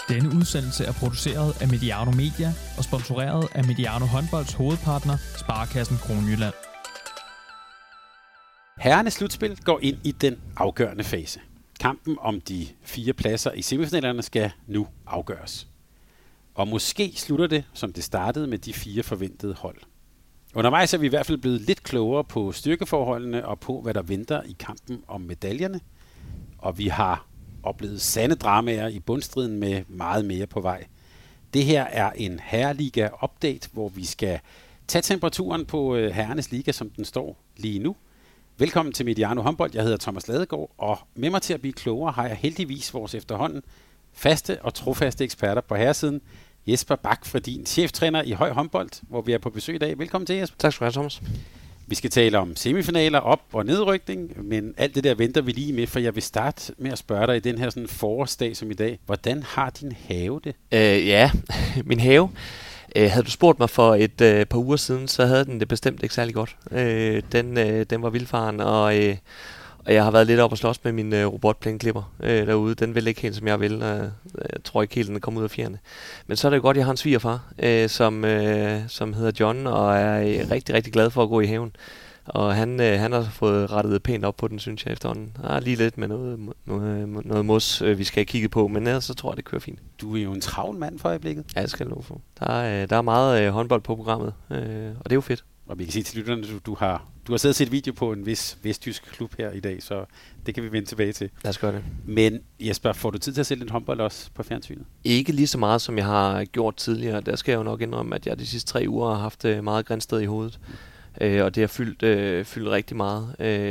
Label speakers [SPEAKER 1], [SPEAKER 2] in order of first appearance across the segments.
[SPEAKER 1] Denne udsendelse er produceret af Mediano Media og sponsoreret af Mediano Håndbolds hovedpartner, Sparekassen Kronjylland.
[SPEAKER 2] Herrenes slutspil går ind i den afgørende fase. Kampen om de 4 pladser i semifinalerne skal nu afgøres. Og måske slutter det, som det startede, med de 4 forventede hold. Undervejs er vi i hvert fald blevet lidt klogere på styrkeforholdene og på, hvad der venter i kampen om medaljerne. Og vi har oplevet sande dramaer i bundstriden med meget mere på vej. Det her er en herreliga-update, hvor vi skal tage temperaturen på herrenes liga, som den står lige nu. Velkommen til Mediano Håndbold. Jeg hedder Thomas Ladegaard, og med mig til at blive klogere har jeg heldigvis vores efterhånden faste og trofaste eksperter på herresiden. Jesper Bak fra din cheftræner i Høj Håndbold, hvor vi er på besøg i dag. Velkommen til, Jesper.
[SPEAKER 3] Tak skal du have, Thomas.
[SPEAKER 2] Vi skal tale om semifinaler, op- og nedrykning, men alt det der venter vi lige med, for jeg vil starte med at spørge dig i den her sådan forårsdag som i dag. Hvordan har din have det?
[SPEAKER 3] Ja, min have. Havde du spurgt mig for et par uger siden, så havde den det bestemt ikke særlig godt. Den var vildfaren, og jeg har været lidt op og slås med min robotplæneklipper derude. Den vil ikke helt, som jeg vil. Jeg tror ikke helt, den er kommet ud af fjerne. Men så er det jo godt, at jeg har en svigerfar, som hedder John, og er rigtig, rigtig glad for at gå i haven. Og han har fået rettet pænt op på den, synes jeg, efterhånden. Lige lidt med noget mos, vi skal have kigget på, men ellers så tror jeg, det kører fint.
[SPEAKER 2] Du er jo en travl mand for øjeblikket.
[SPEAKER 3] Ja, det skal jeg love for. Der er meget håndbold på programmet, og det er jo fedt.
[SPEAKER 2] Og vi kan sige til lytterne, at du har siddet og set video på en vis vestjysk klub her i dag, så det kan vi vende tilbage til.
[SPEAKER 3] Lad os gøre det.
[SPEAKER 2] Men Jesper, får du tid til at sætte lidt håndbold også på fjernsynet?
[SPEAKER 3] Ikke lige så meget, som jeg har gjort tidligere. Der skal jeg jo nok indrømme, at jeg de sidste 3 uger har haft meget Grænsted i hovedet. Og det har fyldt rigtig meget.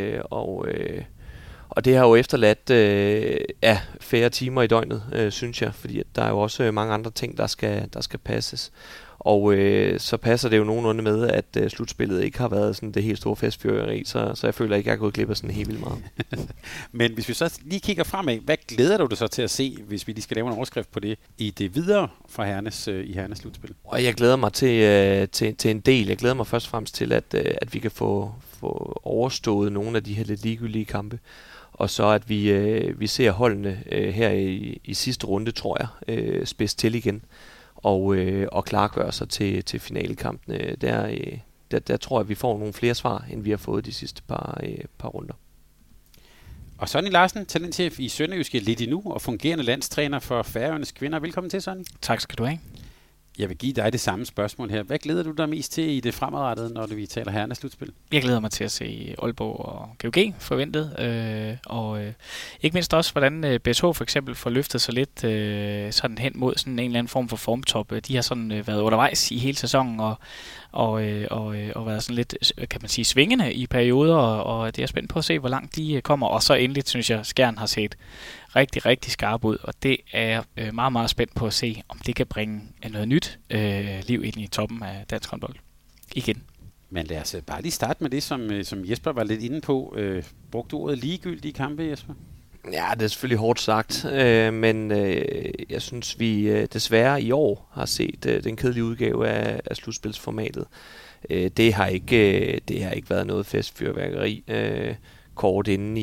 [SPEAKER 3] Og det har jo efterladt færre timer i døgnet, synes jeg. Fordi at der er jo også mange andre ting, der skal passes. Og så passer det jo nogenlunde med, at slutspillet ikke har været sådan det helt store festfyrværkeri, så jeg føler ikke, at jeg er gået glip af sådan helt vildt meget.
[SPEAKER 2] Men hvis vi så lige kigger fremad, hvad glæder du dig så til at se, hvis vi lige skal lave en overskrift på det, i det videre fra i herrenes slutspil?
[SPEAKER 3] Og jeg glæder mig til en del. Jeg glæder mig først og fremmest til, at vi kan få overstået nogle af de her lidt ligegyldige kampe. Og så at vi ser holdene her i sidste runde, tror jeg, spids til igen. Og klargøre sig til finalekampene. Der tror jeg, at vi får nogle flere svar, end vi har fået de sidste par runder.
[SPEAKER 2] Og Sonny Larsen, talentchef i Sønderjyske lidt endnu, og fungerende landstræner for Færøernes kvinder. Velkommen til, Sonny.
[SPEAKER 4] Tak skal du have.
[SPEAKER 2] Jeg vil give dig det samme spørgsmål her. Hvad glæder du dig mest til i det fremadrettede, når vi taler herrenes slutspil?
[SPEAKER 4] Jeg glæder mig til at se Aalborg og GOG forventet, og ikke mindst også, hvordan BSH for eksempel får løftet sig lidt sådan hen mod sådan en eller anden form for formtop. De har sådan været undervejs i hele sæsonen og været sådan lidt, kan man sige, svingende i perioder, og det er spændt på at se, hvor langt de kommer. Og så endelig, synes jeg, Skjern har set rigtig, rigtig skarp ud, og det er meget, meget spændt på at se, om det kan bringe noget nyt liv ind i toppen af dansk håndbold igen.
[SPEAKER 2] Men lad os bare lige starte med det, som Jesper var lidt inde på. Brugte du ordet ligegyldige kampe, Jesper?
[SPEAKER 3] Ja, det er selvfølgelig hårdt sagt, men jeg synes, vi desværre i år har set den kedelige udgave af slutspilsformatet. Det har ikke været noget festfyrværkeri. Kort inde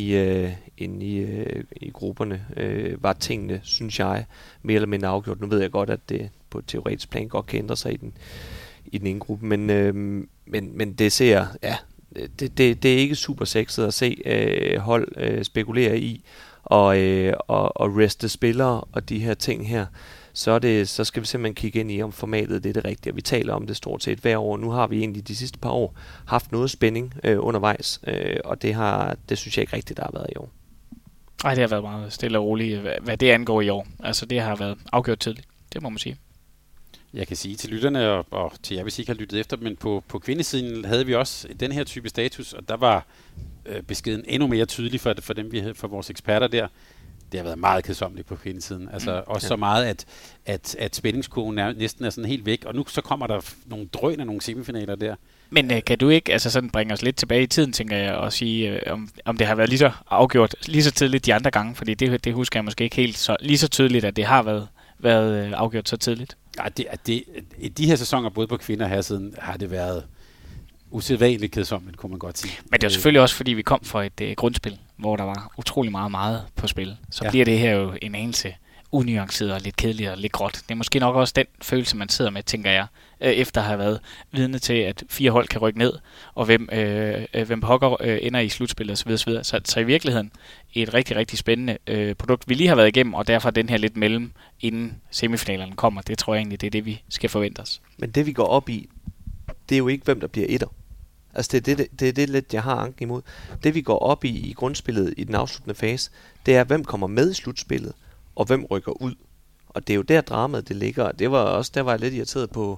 [SPEAKER 3] i grupperne var tingene, synes jeg, mere eller mindre afgjort. Nu ved jeg godt, at det på et teoretisk plan godt kan ændre sig i den ene gruppe, men det ser, ja, det er ikke super sexet at se hold spekulere i og reste spillere og de her ting her. Så skal vi simpelthen kigge ind i, om formatet det er det rigtige, og vi taler om det stort set hver år. Nu har vi egentlig de sidste par år haft noget spænding undervejs, og det synes jeg ikke rigtigt, der har været i år.
[SPEAKER 4] Nej, det har været meget stille og roligt, hvad det angår i år. Altså, det har været afgjort tidligt, det må man sige.
[SPEAKER 2] Jeg kan sige til lytterne, og til jer, hvis I ikke har lyttet efter, men på kvindesiden havde vi også den her type status, og der var beskeden endnu mere tydelig for vores eksperter der. Det har været meget kedsommeligt på kvindesiden. Altså også så meget, at spændingskurven næsten er sådan helt væk, og nu så kommer der nogle drøn af nogle semifinaler der.
[SPEAKER 4] Men kan du ikke sådan bringe os lidt tilbage i tiden, tænker jeg, og sige, om det har været lige så afgjort, lige så tidligt de andre gange, fordi det husker jeg måske ikke helt lige så tydeligt, at det har været afgjort så tidligt.
[SPEAKER 2] Ja, i de her sæsoner, både på kvinder og herresiden, har det været usædvanligt kedsommeligt, kunne man godt sige.
[SPEAKER 4] Men det er jo selvfølgelig også, fordi vi kom fra et grundspil, hvor der var utrolig meget på spil. Så bliver det her jo en anelse unuanceret og lidt kedeligt og lidt gråt. Det er måske nok også den følelse, man sidder med, tænker jeg, efter at have været vidne til, at 4 hold kan rykke ned, og hvem pokker ender i slutspillet osv. Så i virkeligheden et rigtig, rigtig spændende produkt, vi lige har været igennem, og derfor den her lidt mellem, inden semifinalerne kommer. Det tror jeg egentlig, det er det, vi skal forvente os.
[SPEAKER 3] Men det, vi går op i, det er jo ikke, hvem der bliver etter. Altså det er det lidt, jeg har anken imod. Det vi går op i grundspillet i den afsluttende fase, det er, hvem kommer med i slutspillet, og hvem rykker ud. Og det er jo der dramaet det ligger. Det var også, der var jeg lidt irriteret på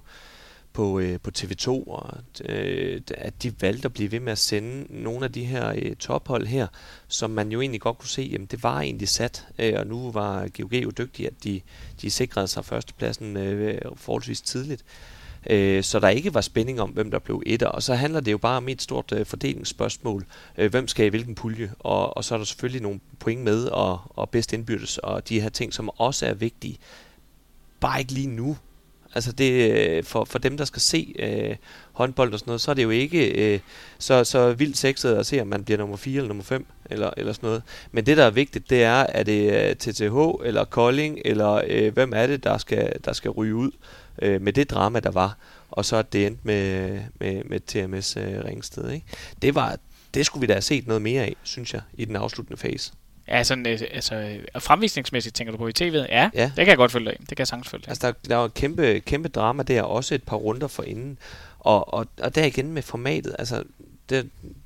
[SPEAKER 3] TV2, og at de valgte at blive ved med at sende nogle af de her tophold her, som man jo egentlig godt kunne se, jamen det var egentlig sat, og nu var GOG jo dygtige, at de sikrede sig førstepladsen forholdsvis tidligt. Så der ikke var spænding om, hvem der blev etter. Og så handler det jo bare om et stort fordelingsspørgsmål. Hvem skal i hvilken pulje? Og så er der selvfølgelig nogle point med, og bedst indbyrdes, og de her ting, som også er vigtige. Bare ikke lige nu. Altså det, for dem, der skal se håndbold og sådan noget, så er det jo ikke så vildt sexet at se, om man bliver nummer 4 eller nummer 5, eller sådan noget. Men det, der er vigtigt, det er det TTH eller Kolding, eller hvem er det, der skal ryge ud med det drama, der var. Og så er det endt med TMS Ringsted. Ikke? Det skulle vi da have set noget mere af, synes jeg, i den afsluttende fase.
[SPEAKER 4] Ja, sådan, altså fremvisningsmæssigt tænker du på i tv'et? Ja, det kan jeg godt følge dig. Det kan jeg sagtens følge dig.
[SPEAKER 3] Altså, der var kæmpe drama der, også et par runder forinden. Og der igen med formatet, altså, det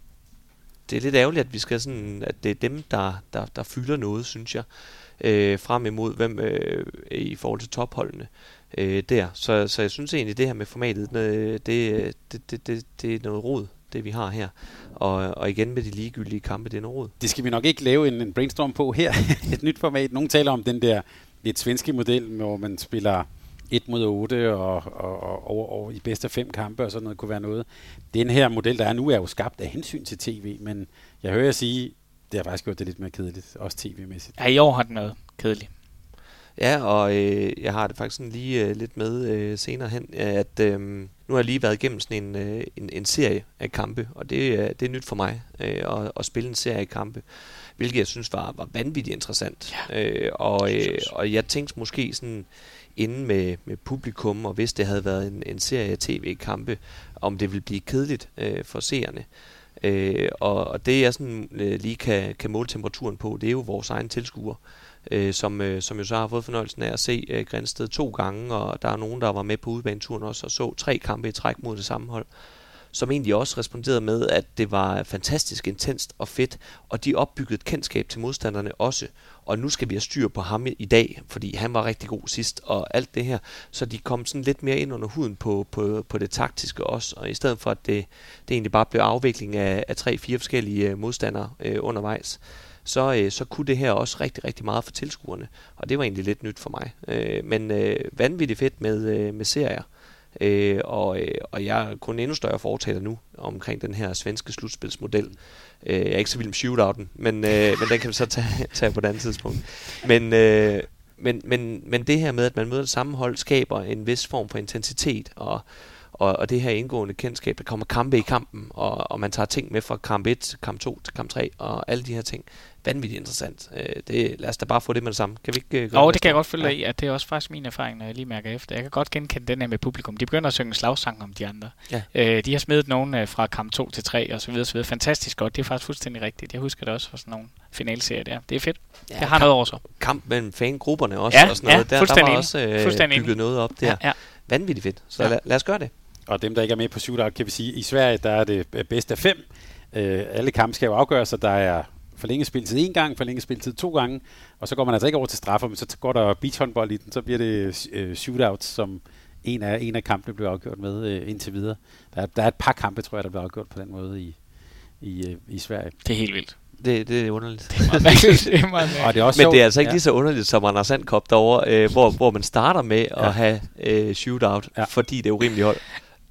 [SPEAKER 3] er lidt ærgerligt, at vi skal sådan, at det er dem, der fylder noget, synes jeg, frem imod hvem i forhold til topholdene der. Så jeg synes egentlig, det her med formatet, det er noget rod, det vi har her. Og igen med de ligegyldige kampe, det er noget rod.
[SPEAKER 2] Det skal vi nok ikke lave en brainstorm på her. Et nyt format. Nogle taler om den der lidt svenske model, hvor man spiller 1 mod 8 og i bedst af 5 kampe og sådan noget kunne være noget. Den her model, der er nu, er jo skabt af hensyn til tv, men jeg hører jer sige, det har faktisk gjort det lidt mere kedeligt, også tv-mæssigt.
[SPEAKER 4] Ja, i år har den noget kedeligt.
[SPEAKER 3] Ja, og jeg har det faktisk sådan lige lidt med senere hen, at nu har jeg lige været igennem sådan en serie af kampe, og det er nyt for mig at spille en serie af kampe, hvilket jeg synes var vanvittigt interessant. Ja. Og jeg tænkte måske sådan inden med publikum, og hvis det havde været en serie af tv-kampe, om det ville blive kedeligt for seerne. Og det jeg sådan lige kan måle temperaturen på, det er jo vores egen tilskuere, som jo så har fået fornøjelsen af at se Grindsted 2 gange, og der er nogen, der var med på udebaneturen også og så 3 kampe i træk mod det samme hold, som egentlig også responderede med, at det var fantastisk intenst og fedt, og de opbyggede et kendskab til modstanderne også, og nu skal vi have styr på ham i dag, fordi han var rigtig god sidst, og alt det her, så de kom sådan lidt mere ind under huden på det taktiske også, og i stedet for, at det egentlig bare blev afvikling af 3-4 forskellige modstandere undervejs, så kunne det her også rigtig, rigtig meget for tilskuerne, og det var egentlig lidt nyt for mig. Men vanvittigt fedt med serier, og jeg er kun endnu større fortaler nu omkring den her svenske slutspilsmodel. Jeg er ikke så vild med shootouten, men den kan vi så tage på et andet tidspunkt. Men det her med, at man møder det samme hold, skaber en vis form for intensitet, og det her indgående kendskab, der kommer kampe i kampen, og man tager ting med fra kamp 1 til kamp 2 til kamp 3, og alle de her ting. Vanvittigt interessant. Lad os da bare få det med det samme. Kan vi ikke gøre
[SPEAKER 4] det kan jeg godt følge i, at det er også faktisk min erfaring, når jeg lige mærker efter. Jeg kan godt genkende den her med publikum. De begynder at synge slagsang om de andre. Ja. De har smidt nogen fra kamp 2 til 3 og så videre. Fantastisk godt. Det er faktisk fuldstændig rigtigt. Jeg husker det også for sådan nogle finalserier der. Det er fedt. Ja, det har noget over sig.
[SPEAKER 3] Kamp mellem fangrupperne også. Ja, og sådan noget. Der var også bygget noget op der. Ja. Vanvittigt fedt. Så lad os gøre det.
[SPEAKER 2] Og dem, der ikke er med på shootout, kan vi sige, i Sverige, der er det bedst af 5. Alle kampe skal jo afgøres, så der er forlænget spilletid 1 gang, forlænget spilletid 2 gange, og så går man altså ikke over til straffer, men så går der beachhåndbold i den, så bliver det shootout, som en af kampene bliver afgjort med indtil videre. Der er et par kampe, tror jeg, der bliver afgjort på den måde i Sverige.
[SPEAKER 4] Det er helt vildt.
[SPEAKER 3] Det er underligt.
[SPEAKER 4] Det er meget mærkeligt. Det er meget mærkeligt.
[SPEAKER 2] Og det er også
[SPEAKER 3] men det er altså ikke lige så underligt som Anders Sand Cup derovre, hvor man starter med at have shootout, fordi det er urimeligt hold.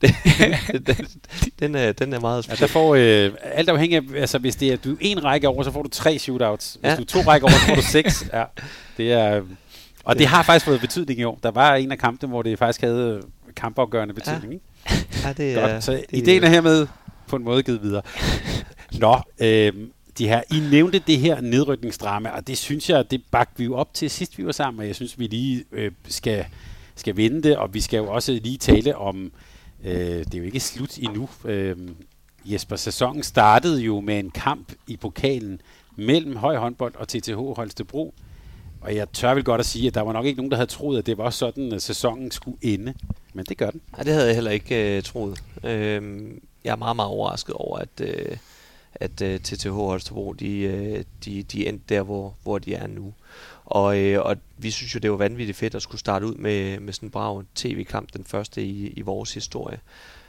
[SPEAKER 3] den er meget speciel.
[SPEAKER 2] Ja, der får alt afhængig af, altså hvis det er du en række over, så får du 3 shootouts. Hvis du er 2 rækker over, så får du 6. Ja, det er, og det har faktisk fået betydning i år. Der var en af kampene, hvor det faktisk havde kampafgørende betydning. Ikke?
[SPEAKER 3] Ja, det
[SPEAKER 2] godt. Så ideen er hermed på en måde givet videre. Nå, I nævnte det her nedrykningsdrama, og det synes jeg, det bagte vi jo op til sidst vi var sammen, og jeg synes, vi lige skal vende det, og vi skal jo også lige tale om, det er jo ikke slut endnu. Jesper, sæsonen startede jo med en kamp i pokalen mellem Høj Håndbold og TTH Holstebro, og jeg tør vel godt at sige, at der var nok ikke nogen, der havde troet, at det var sådan, at sæsonen skulle ende, men det gør den.
[SPEAKER 3] Nej, det havde jeg heller ikke troet. Jeg er meget, meget overrasket over, at TTH Holstebro, de endte der, hvor de er nu. Og vi synes jo, det var vanvittigt fedt at skulle starte ud med sådan en brav tv-kamp, den første i vores historie.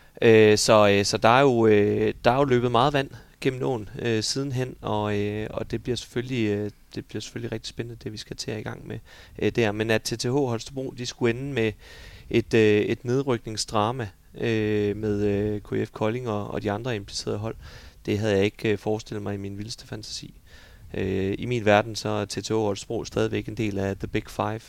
[SPEAKER 3] Så der er jo løbet meget vand gennem åen sidenhen, og det bliver selvfølgelig rigtig spændende, det vi skal til at i gang med der. Men at TTH Holstebro, de skulle ende med et nedrykningsdrama med KF Kolding og de andre implicerede hold, det havde jeg ikke forestillet mig i min vildeste fantasi. I min verden så er TTH Holstebro stadigvæk en del af The Big Five,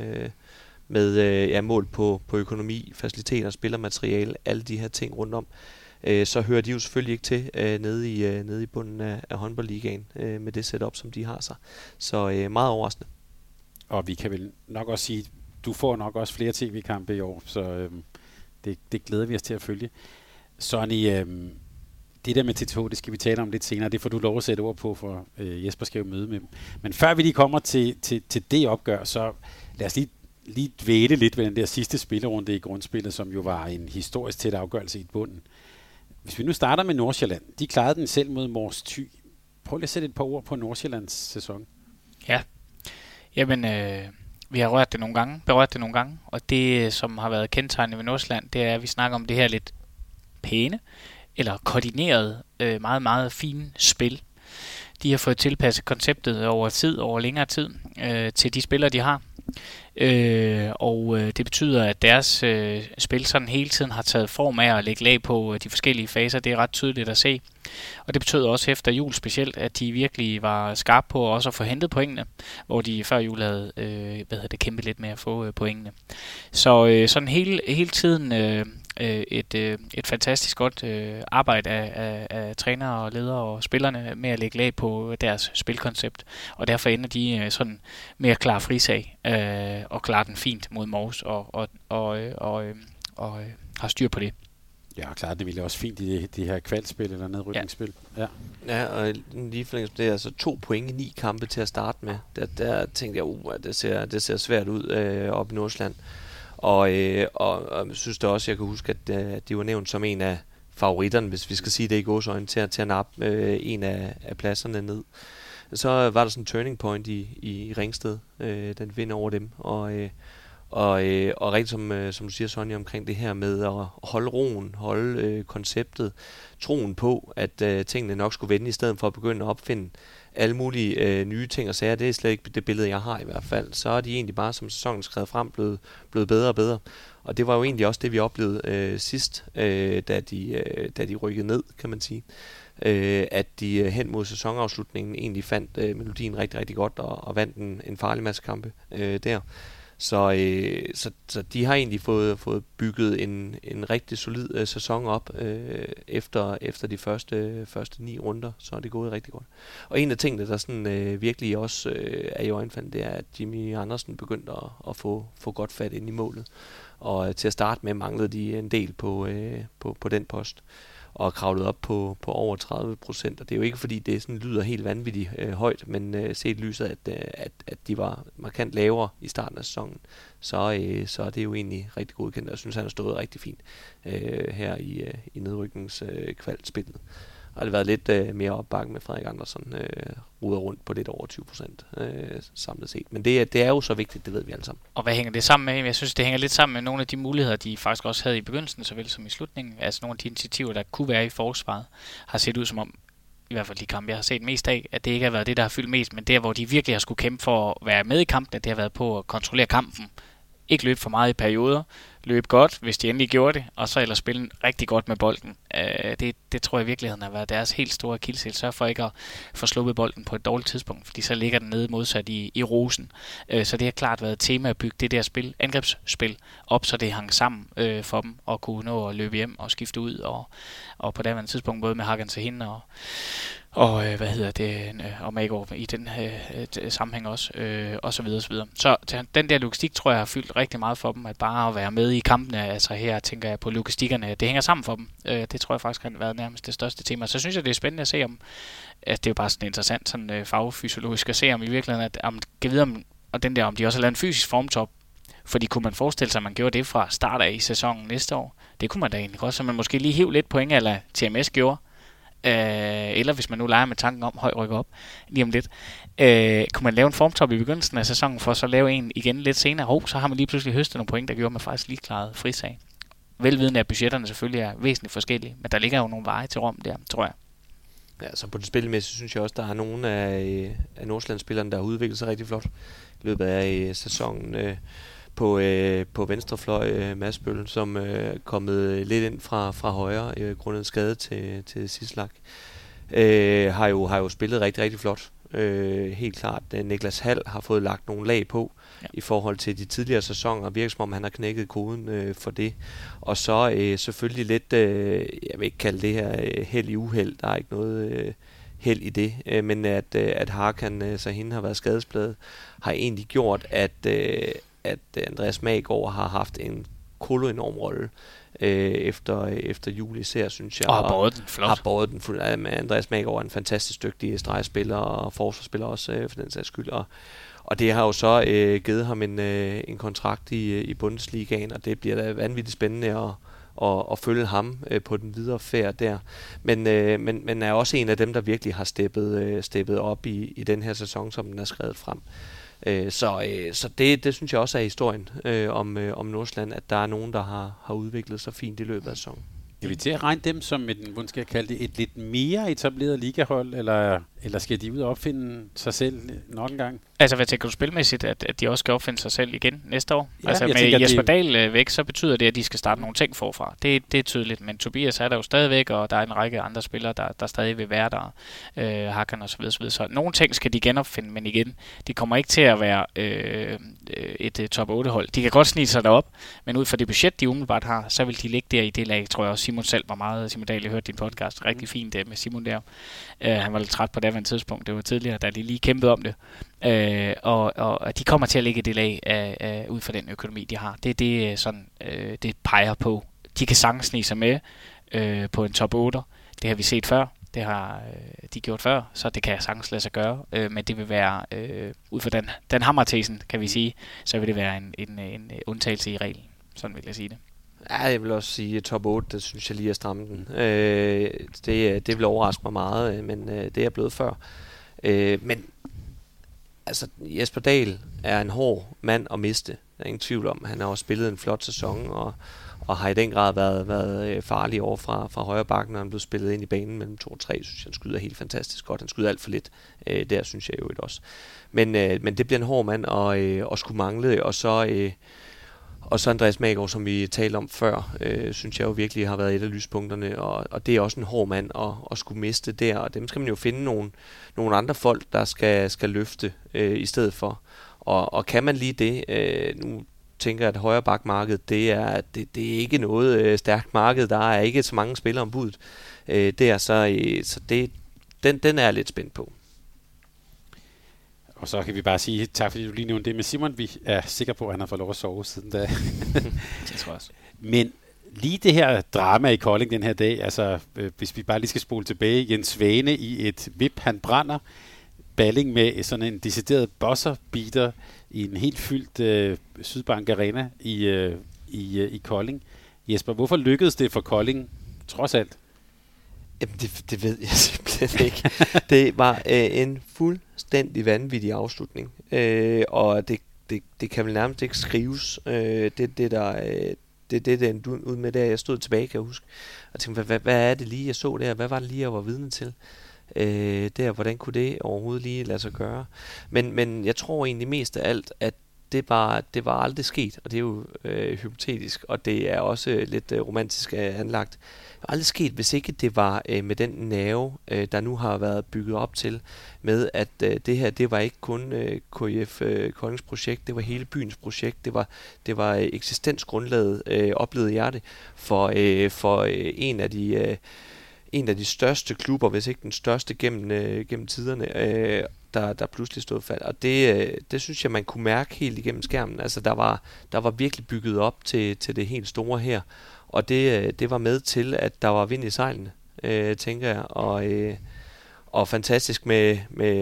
[SPEAKER 3] med mål på økonomi, faciliteter, spillermateriale, alle de her ting rundt om. Så hører de jo selvfølgelig ikke til nede i bunden af håndboldligaen med det setup, som de har sig. Så meget overraskende.
[SPEAKER 2] Og vi kan vel nok også sige, du får nok også flere tv-kampe i år, så det glæder vi os til at følge. Sonny, det der med TTH, det skal vi tale om lidt senere. Det får du lov at sætte ord på, for Jesper skal jo møde med dem. Men før vi lige kommer til det opgør, så lad os lige dvæle lidt ved den der sidste spillerunde i grundspillet, som jo var en historisk tæt afgørelse i bunden. Hvis vi nu starter med Nordsjælland, de klarede den selv mod Mors Thy. Prøv lige at sætte et par ord på Nordsjællands sæson.
[SPEAKER 4] Ja, jamen vi har berørt det nogle gange, og det, som har været kendetegnende ved Nordsjælland, det er, at vi snakker om det her lidt pæne, eller koordineret, meget, meget fine spil. De har fået tilpasset konceptet over længere tid, til de spillere, de har. Og det betyder, at deres spil sådan hele tiden har taget form af at lægge lag på de forskellige faser. Det er ret tydeligt at se. Og det betyder også efter jul specielt, at de virkelig var skarpe på også at få hentet pointene, hvor de før jul havde kæmpet lidt med at få pointene. Så sådan hele tiden et fantastisk godt arbejde af trænere og ledere og spillerne med at lægge lag på deres spilkoncept. Og derfor ender de sådan med at klare frisag og klare den fint mod Mors og har styr på det.
[SPEAKER 2] Ja, klart, det ville også fint i det her kvalspil eller nedrykningsspil.
[SPEAKER 3] Ja, og lige forlænges det er altså 2 point i 9 kampe til at starte med. Der tænkte jeg, at det ser svært ud oppe i Nordsjælland. Og jeg synes da også, jeg kan huske, at de var nævnt som en af favoritterne, hvis vi skal sige det i gåseøjne, til at nappe en af pladserne ned. Så var der sådan en turning point i Ringsted, den vinder over dem, og rigtig som du siger, Sonja, omkring det her med at holde roen, holde konceptet, troen på, at tingene nok skulle vende, i stedet for at begynde at opfinde alle mulige nye ting og sager. Det er slet ikke det billede, jeg har i hvert fald. Så er de egentlig bare, som sæsonen skrevet frem, blevet bedre og bedre. Og det var jo egentlig også det, vi oplevede sidst, da de rykkede ned, kan man sige. At de hen mod sæsonafslutningen egentlig fandt melodien rigtig, rigtig godt og vandt en farlig masse kampe der. Så de har egentlig fået bygget en rigtig solid sæson op efter de første 9 runder, så er det gået rigtig godt. Og en af tingene, der sådan virkelig også er i øjenfald, det er, at Jimmy Andersen begyndte at få godt fat ind i målet. Og til at starte med manglede de en del på den post, og kravlet op på over 30%. Og det er jo ikke fordi det sådan lyder helt vanvittigt højt, men set lyset at de var markant lavere i starten af sæsonen, så er det jo egentlig rigtig godkendt. Jeg synes, han har stået rigtig fint her i nedrykningskvalspillet. Og det har været lidt mere opbakken med Frederik Andersen, ruder rundt på lidt over 20% samlet set. Men det er jo så vigtigt, det ved vi alle sammen.
[SPEAKER 4] Og hvad hænger det sammen med? Jeg synes, det hænger lidt sammen med nogle af de muligheder, de faktisk også havde i begyndelsen, såvel som i slutningen. Altså nogle af de initiativer, der kunne være i forsvaret, har set ud som om, i hvert fald de kampe, jeg har set mest af, at det ikke har været det, der har fyldt mest, men der, hvor de virkelig har skulle kæmpe for at være med i kampen, at det har været på at kontrollere kampen. Ikke løbe for meget i perioder, løbe godt, hvis de endelig gjorde det, og så ellers spille rigtig godt med bolden. Det tror jeg i virkeligheden har været deres helt store akilleshæl. Sørg for ikke at få sluppet bolden på et dårligt tidspunkt, fordi så ligger den nede modsat i rosen. Så det har klart været et tema at bygge det der angrebsspil op, så det hang sammen for dem, og kunne nå at løbe hjem og skifte ud, og på daværende tidspunkt både med Hakan Sahin og og Magård i den sammenhæng også, og så videre, og så videre. Så den der logistik, tror jeg, har fyldt rigtig meget for dem, at bare at være med i kampene, altså her tænker jeg på logistikkerne, det hænger sammen for dem. Det tror jeg faktisk har været nærmest det største tema. Så synes jeg, det er spændende at se om, at det er jo bare sådan interessant, sådan fagfysiologisk at se om i virkeligheden, om de også har lavet en fysisk formtop. Fordi kunne man forestille sig, at man gjorde det fra start af i sæsonen næste år? Det kunne man da egentlig godt, så man måske lige hive lidt point, eller TMS gjorde. Eller hvis man nu leger med tanken om høj rykke op lige om lidt, kunne man lave en formtop i begyndelsen af sæsonen, for så lave en igen lidt senere. Så har man lige pludselig høstet nogle point, der gjorde man faktisk lige klaret frisag. Velvidende at budgetterne selvfølgelig er væsentligt forskellige, men der ligger jo nogle veje til Rom der, tror jeg.
[SPEAKER 3] Ja, så på det spilmæssige synes jeg også, der er nogle af Nordsjællandsspillerne, der har udviklet sig rigtig flot i løbet af sæsonen. På venstrefløj, Masbøl, som er kommet lidt ind fra højre, grundet skade til Sislak, har jo spillet rigtig, rigtig flot. Helt klart. Niklas Hall har fået lagt nogle lag på i forhold til de tidligere sæsoner, virker som om han har knækket koden for det. Og så selvfølgelig lidt, jeg vil ikke kalde det her held i uheld, der er ikke noget held i det, men at Hakan Sahin har været skadespladet, har egentlig gjort, at Andreas Magård har haft en koloenorm rolle efter jul især, synes jeg.
[SPEAKER 4] Og har båret den flot.
[SPEAKER 3] Har båret den fuldt. Andreas Magård er en fantastisk dygtig stregspiller og forsvarsspiller også, for den sags skyld. Og det har jo så givet ham en kontrakt i Bundesligaen, og det bliver da vanvittigt spændende at følge ham på den videre færd der. Men er også en af dem, der virkelig har steppet op i den her sæson, som den er skrevet frem. Så det synes jeg også er historien om Nordsjælland, at der er nogen, der har udviklet sig fint i løbet af sæsonen.
[SPEAKER 2] Skal vi til at regne dem som hvordan skal jeg kalde det, et lidt mere etableret ligahold, eller skal de ud og opfinde sig selv nok en gang?
[SPEAKER 4] Altså, hvad tænker du spilmæssigt, at de også skal opfinde sig selv igen næste år?
[SPEAKER 2] Ja,
[SPEAKER 4] altså, med Jesper Dahl væk, så betyder det, at de skal starte nogle ting forfra. Det er tydeligt, men Tobias er der jo stadigvæk, og der er en række andre spillere, der stadig vil være der. Hakan og så videre. Så nogle ting skal de genopfinde, men igen, de kommer ikke til at være et top 8-hold. De kan godt snige sig derop, men ud fra det budget, de umiddelbart har, så vil de ligge der i det lag, tror jeg også. Simon selv var meget, Simon Dahl, jeg hørte din podcast, rigtig fint med Simon der. Han var lidt træt på det her tidspunkt, det var tidligere, da de lige kæmpede om det. Og de kommer til at ligge i det lag ud fra den økonomi, de har. Det er det, sådan, det peger på. De kan sagtens snige sig med på en top 8. Det har vi set før. Det har de gjort før, så det kan sagtens lade sig gøre. Men det vil være, ud fra den hammertesen, kan vi sige, så vil det være en undtagelse i reglen. Sådan vil jeg sige det.
[SPEAKER 3] Ja, jeg vil også sige top 8, det synes jeg lige er stramme den. Det vil overraske mig meget, men det er blevet før. Men altså, Jesper Dahl er en hård mand at miste. Der er ingen tvivl om. Han har også spillet en flot sæson, og har i den grad været farlig over fra højre bakken, når han blev spillet ind i banen mellem 2 og 3. Synes han skyder helt fantastisk godt. Han skyder alt for lidt. Der synes jeg jo også. Men det bliver en hård mand at skulle mangle, og så Andreas Magård, som vi talte om før, synes jeg jo virkelig har været et af lyspunkterne, og det er også en hård mand at skulle miste der, og dem skal man jo finde nogle andre folk, der skal løfte i stedet for. Og kan man lige det, nu tænker jeg, at højre bakmarkedet, det er ikke noget stærkt marked, der er ikke så mange spillere om budet. Så den er jeg lidt spændt på.
[SPEAKER 2] Og så kan vi bare sige tak, fordi du lige nævnte det med Simon. Vi er sikre på, at han har fået lov at sove siden da.
[SPEAKER 4] Det tror jeg også.
[SPEAKER 2] Men lige det her drama i Kolding den her dag, altså hvis vi bare lige skal spole tilbage, Jens Svane i et vip, han brænder. Balling med sådan en decideret buzzer-beater i en helt fyldt Sydbank Arena i Kolding. Jesper, hvorfor lykkedes det for Kolding det alt?
[SPEAKER 3] Jamen, det ved jeg simpelthen ikke. Det var en fuldstændig vanvittig afslutning. Og det kan vel nærmest ikke skrives. Det endte ud med, der jeg stod tilbage, kan jeg huske. Og tænkte, hvad er det lige, jeg så der? Hvad var det lige, jeg var vidne til? Hvordan kunne det overhovedet lige lade sig gøre? Men jeg tror egentlig mest af alt, at det var aldrig sket, og det er jo hypotetisk, og det er også lidt romantisk anlagt. Det var aldrig sket, hvis ikke det var med den nerve, der nu har været bygget op til, med at det her, det var ikke kun KIF Koldings projekt, det var hele byens projekt, det var eksistensgrundlaget, oplevede jeg det, for en af de en af de største klubber, hvis ikke den største gennem tiderne, der pludselig stod fald. Og det synes jeg, man kunne mærke helt igennem skærmen. Altså, der var virkelig bygget op til det helt store her. Og det var med til, at der var vind i sejlene, tænker jeg. Og fantastisk med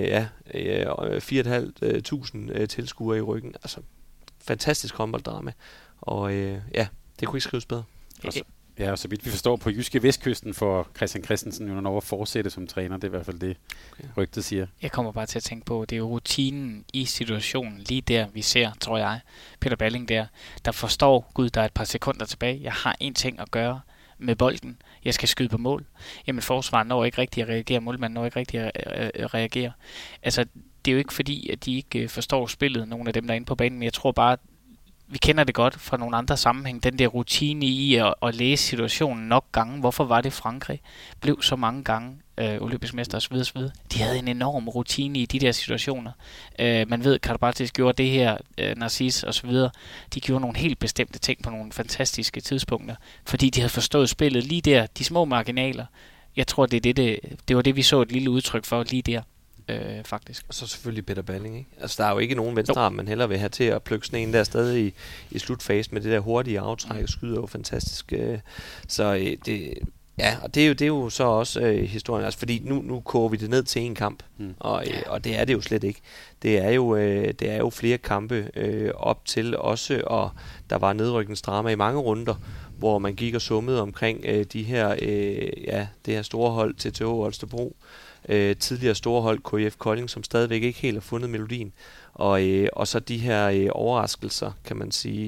[SPEAKER 3] 4.500 tilskuere i ryggen. Altså, fantastisk håndbolddrama. Og det kunne ikke skrives bedre.
[SPEAKER 2] Ja, og så vidt vi forstår på Jyske Vestkysten for Christian Christensen jo over at fortsætte som træner. Det er i hvert fald det, rygtet siger.
[SPEAKER 4] Jeg kommer bare til at tænke på, det er jo rutinen i situationen, lige der vi ser, tror jeg, Peter Balling der forstår, gud, der er et par sekunder tilbage. Jeg har en ting at gøre med bolden. Jeg skal skyde på mål. Jamen, forsvaret når ikke rigtig at reagere. Målmanden når ikke rigtig at reagere. Altså, det er jo ikke fordi, at de ikke forstår spillet, nogle af dem, der er inde på banen, men jeg tror bare, vi kender det godt fra nogle andre sammenhæng, den der rutine i at læse situationen nok gange. Hvorfor var det Frankrig blev så mange gange olympisk mester osv. De havde en enorm rutine i de der situationer. Man ved, Karabatis gjorde det her, Narcisse osv. De gjorde nogle helt bestemte ting på nogle fantastiske tidspunkter, fordi de havde forstået spillet lige der, de små marginaler. Jeg tror, det var det, vi så et lille udtryk for lige der. Faktisk.
[SPEAKER 3] Og så selvfølgelig Peter Balling, ikke? Altså, der er jo ikke nogen venstrearm, man heller vil have til at plukke sådan en der stadig i slutfasen med det der hurtige aftræk og skyder jo fantastisk. Og det er jo så også historien, altså, fordi nu koger vi det ned til en kamp, og det er det jo slet ikke. Det er jo flere kampe op til også, og der var nedrykningsdrama i mange runder, hvor man gik og summede omkring det her store hold TTH Holstebro, tidligere store hold KIF Kolding, som stadigvæk ikke helt har fundet melodien, og så de her overraskelser, kan man sige,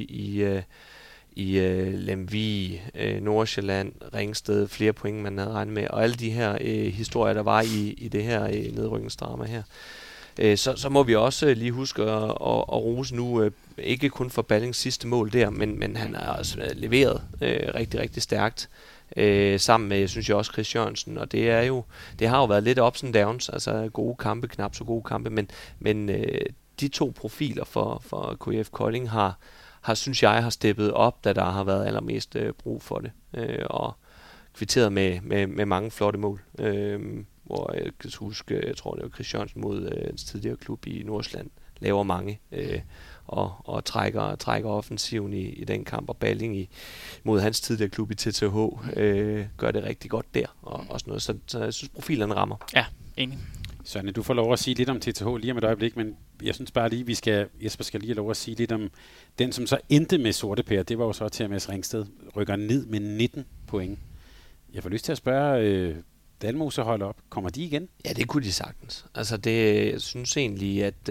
[SPEAKER 3] i Lemvig, Nordsjælland, Ringsted, flere point, man havde regnet med, og alle de her historier, der var i det her nedrykningsdrama her. Så må vi også lige huske at rose nu, ikke kun for Ballings sidste mål der, men han har også leveret rigtig, rigtig stærkt. Sammen med, synes jeg også, Chris Jørgensen, og det har jo været lidt ups and downs, altså gode kampe, knap så gode kampe, men de to profiler for KIF Kolding har synes jeg, har steppet op, da der har været allermest brug for det, og kvitteret med mange flotte mål, hvor jeg kan huske, jeg tror det var Chris Jørgensen mod en tidligere klub i Nordsjælland, laver mange, og trækker offensiven i den kamp, og Balling mod hans tidligere klub i TTH gør det rigtig godt der, og sådan noget. Så jeg synes, profilerne rammer.
[SPEAKER 4] Ja, enig.
[SPEAKER 2] Søren, du får lov at sige lidt om TTH lige om et øjeblik, men jeg synes bare lige, Jesper skal lige have lov at sige lidt om den, som så endte med sorte pære. Det var jo så TMS Ringsted, rykker ned med 19 point. Jeg får lyst til at spørge Dalmose hold op. Kommer de igen?
[SPEAKER 3] Ja, det kunne de sagtens. Altså, jeg synes egentlig, at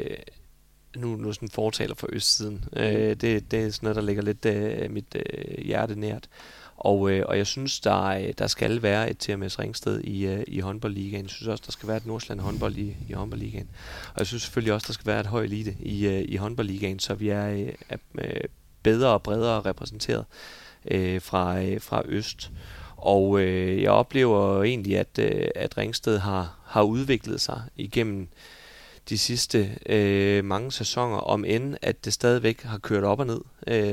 [SPEAKER 3] nu sådan fortaler for østsiden. Det er sådan noget, der ligger lidt mit hjerte nært. Og jeg synes, der skal være et TMS Ringsted i håndboldligaen. Jeg synes også, der skal være et Nordsjælland håndbold i håndboldligaen. Og jeg synes selvfølgelig også, der skal være et høj elite i håndboldligaen, så vi er bedre og bredere repræsenteret fra øst. Og jeg oplever egentlig, at Ringsted har udviklet sig igennem de sidste mange sæsoner, om end at det stadigvæk har kørt op og ned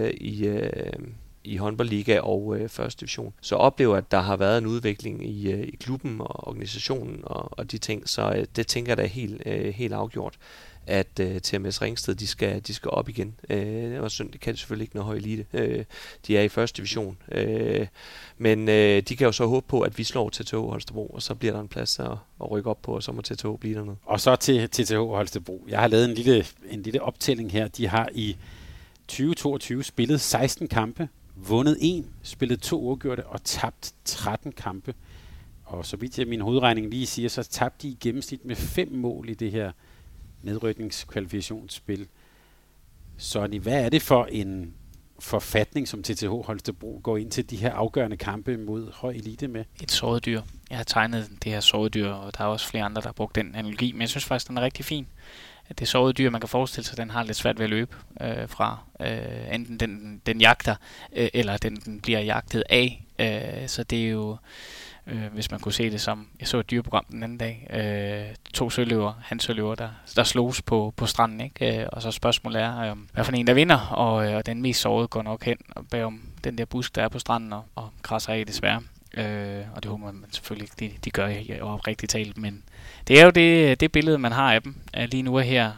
[SPEAKER 3] i håndboldliga og første division. Så oplever at der har været en udvikling i klubben og organisationen og de ting, så det tænker jeg da helt afgjort, at TMS Ringsted, de skal op igen. Det var synd, det kan selvfølgelig ikke noget høj elite. De er i første division. Men de kan jo så håbe på, at vi slår TTH Holstebro, og så bliver der en plads at rykke op på, og så må TTH blive dernede.
[SPEAKER 2] Og så til TTH Holstebro. Jeg har lavet en lille optælling her. De har i 2022 spillet 16 kampe, vundet 1, spillet 2 uafgjorte og tabt 13 kampe. Og så vidt jeg min hovedregning lige siger, så tabte de i gennemsnit med 5 mål i det her nedrykningskvalifikationsspil. Så hvad er det for en forfatning, som TTH Holstebro går ind til de her afgørende kampe mod høj elite med? Et
[SPEAKER 4] såret dyr. Jeg har tegnet det her såret dyr, og der er også flere andre, der har brugt den analogi, men jeg synes faktisk, den er rigtig fin. At det sårede dyr, man kan forestille sig, den har lidt svært ved at løbe fra enten den jagter, eller den bliver jagtet af. Så det er jo, hvis man kunne se det som, jeg så et dyreprogram den anden dag, 2 søløver, handsøløver, der sloges på stranden, ikke? Og så spørgsmålet er, hvad for en der vinder, og den mest sårede går nok hen bagom den der busk, der er på stranden, og krasser af desværre. Og det håber man selvfølgelig ikke, de gør jo rigtigt talt, men det er jo det billede, man har af dem lige nu her.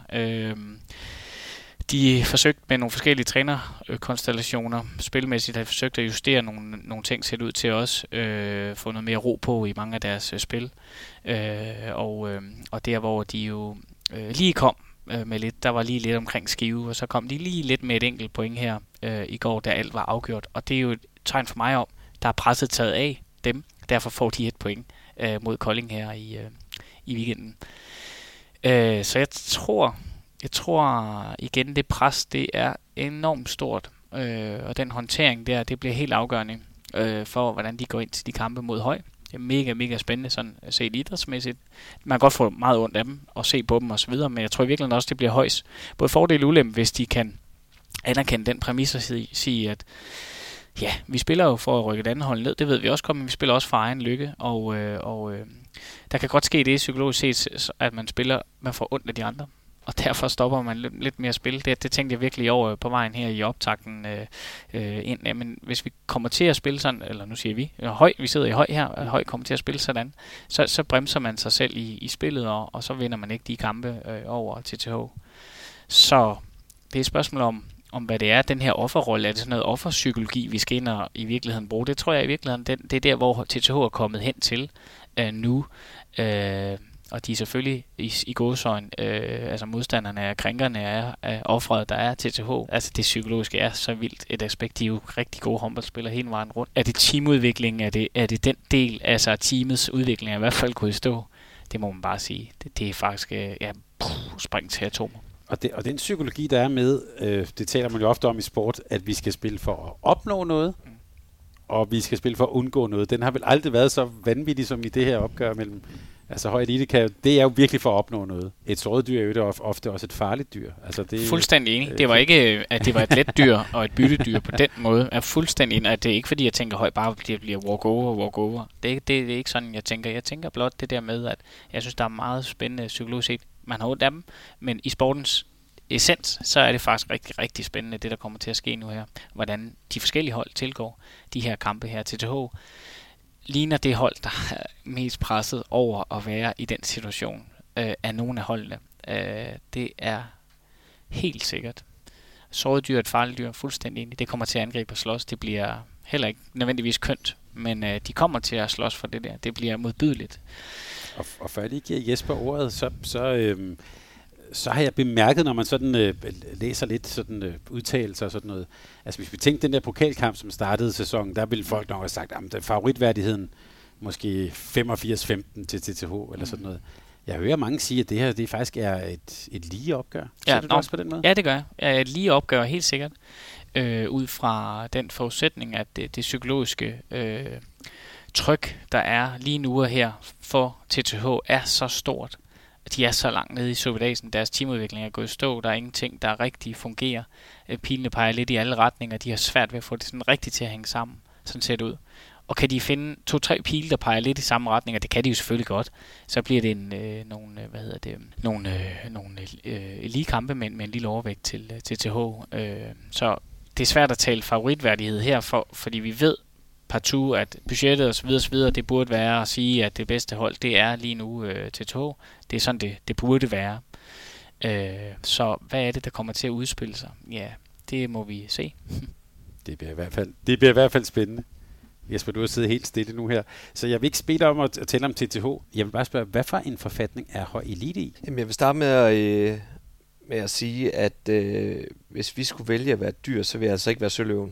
[SPEAKER 4] De forsøgt med nogle forskellige trænerkonstellationer. Spilmæssigt har de forsøgt at justere nogle ting, set ud til os. Få noget mere ro på i mange af deres spil. Og der, hvor de jo lige kom med lidt, der var lige lidt omkring Skive, og så kom de lige lidt med et enkelt point her i går, da alt var afgjort. Og det er jo et tegn for mig om, der er presset taget af dem. Derfor får de et point mod Kolding her i weekenden. Så jeg tror igen, det pres, det er enormt stort. Og den håndtering der, det bliver helt afgørende for, hvordan de går ind til de kampe mod Høj. Det er mega, mega spændende sådan set idrætsmæssigt. Man kan godt få meget ondt af dem og se på dem osv., men jeg tror i virkeligheden også, det bliver Højs både fordel og ulempe, hvis de kan anerkende den præmis og sige, at ja, vi spiller jo for at rykke et andet hold ned, det ved vi også godt, men vi spiller også for egen lykke, og der kan godt ske det psykologisk set, at man får ondt af de andre, og derfor stopper man lidt mere at spille. Det tænkte jeg virkelig over på vejen her i optakten ind. Men hvis vi kommer til at spille sådan, eller nu siger vi sidder i Høj her, og Høj kommer til at spille sådan, så bremser man sig selv i spillet, og så vinder man ikke de kampe over TTH. Så det er et spørgsmål om hvad det er, den her offerrolle. Er det sådan noget offerpsykologi, vi skal ind og i virkeligheden bruge? Det tror jeg i virkeligheden, det er der, hvor TTH er kommet hen til nu. Og de er selvfølgelig i gåseøjne, altså modstanderne er krænkerne er offeret, der er TTH. Altså det psykologiske er så vildt et aspekt. De er jo rigtig gode håndboldspillere hele vejen rundt. Er det teamudvikling? Er det den del, altså teamets udvikling, jeg i hvert fald kunne stå? Det må man bare sige. Det er faktisk spring til atomer.
[SPEAKER 2] Og den psykologi, der er med, det taler man jo ofte om i sport, at vi skal spille for at opnå noget, og vi skal spille for at undgå noget. Den har vel aldrig været så vanvittig som i det her opgør mellem altså Høj Elite, det er jo virkelig for at opnå noget. Et såret dyr er jo ofte også et farligt dyr. Altså det, fuldstændig
[SPEAKER 4] enig. Det var ikke, at det var et let dyr og et byttedyr på den måde. Jeg er fuldstændig enig, at det er ikke fordi, jeg tænker, Høj bare bliver walk-over. Det er ikke sådan, jeg tænker. Jeg tænker blot det der med, at jeg synes, der er meget spændende psykologisk set. Man har ondt af dem, men i sportens essens, så er det faktisk rigtig, rigtig spændende, det der kommer til at ske nu her. Hvordan de forskellige hold tilgår de her kampe her. TTH ligner det hold, der er mest presset over at være i den situation af nogle af holdene. Det er helt sikkert. Såret dyr, et farligt dyr, fuldstændig enig. Det kommer til at angribe og slås. Det bliver heller ikke nødvendigvis kønt, men de kommer til at slås for det der. Det bliver modbydeligt.
[SPEAKER 2] Og før de giver Jesper ordet, så har jeg bemærket, når man sådan læser lidt sådan udtalelser og sådan noget. Altså hvis vi tænkte den der pokalkamp, som startede sæsonen, der ville folk nok have sagt, at favoritværdigheden måske 85-15 til TTH eller sådan noget. Jeg hører mange sige, at det her det faktisk er et lige opgør.
[SPEAKER 4] Ja,
[SPEAKER 2] du også på den måde?
[SPEAKER 4] Ja, det gør jeg. Ja, et lige opgør helt sikkert. Ud fra den forudsætning, at det psykologiske tryk, der er lige nu og her for TTH, er så stort. De er så langt nede i suppedasen. Deres teamudvikling er gået i stå. Der er ingenting, der rigtig fungerer. Pilene peger lidt i alle retninger. De har svært ved at få det sådan rigtigt til at hænge sammen. Sådan ser det ud. Og kan de finde 2-3 pile, der peger lidt i samme retning, og det kan de jo selvfølgelig godt, så bliver det nogle lige kampe med en lille overvægt til TTH. Så det er svært at tale favoritværdighed her, fordi vi ved partout, at budgettet og så videre, det burde være at sige, at det bedste hold, det er lige nu TTH. Det er sådan, det burde være. Så hvad er det, der kommer til at udspille sig? Ja, det må vi se.
[SPEAKER 2] Det bliver i hvert fald spændende. Jesper, du har siddet helt stille nu her. Så jeg vil ikke bede dig om at tale om TTH. Jeg vil bare spørge, hvad for en forfatning er Høj Elite i?
[SPEAKER 3] Jamen, jeg vil starte med at sige, at hvis vi skulle vælge at være et dyr, så vil jeg altså ikke være søløven.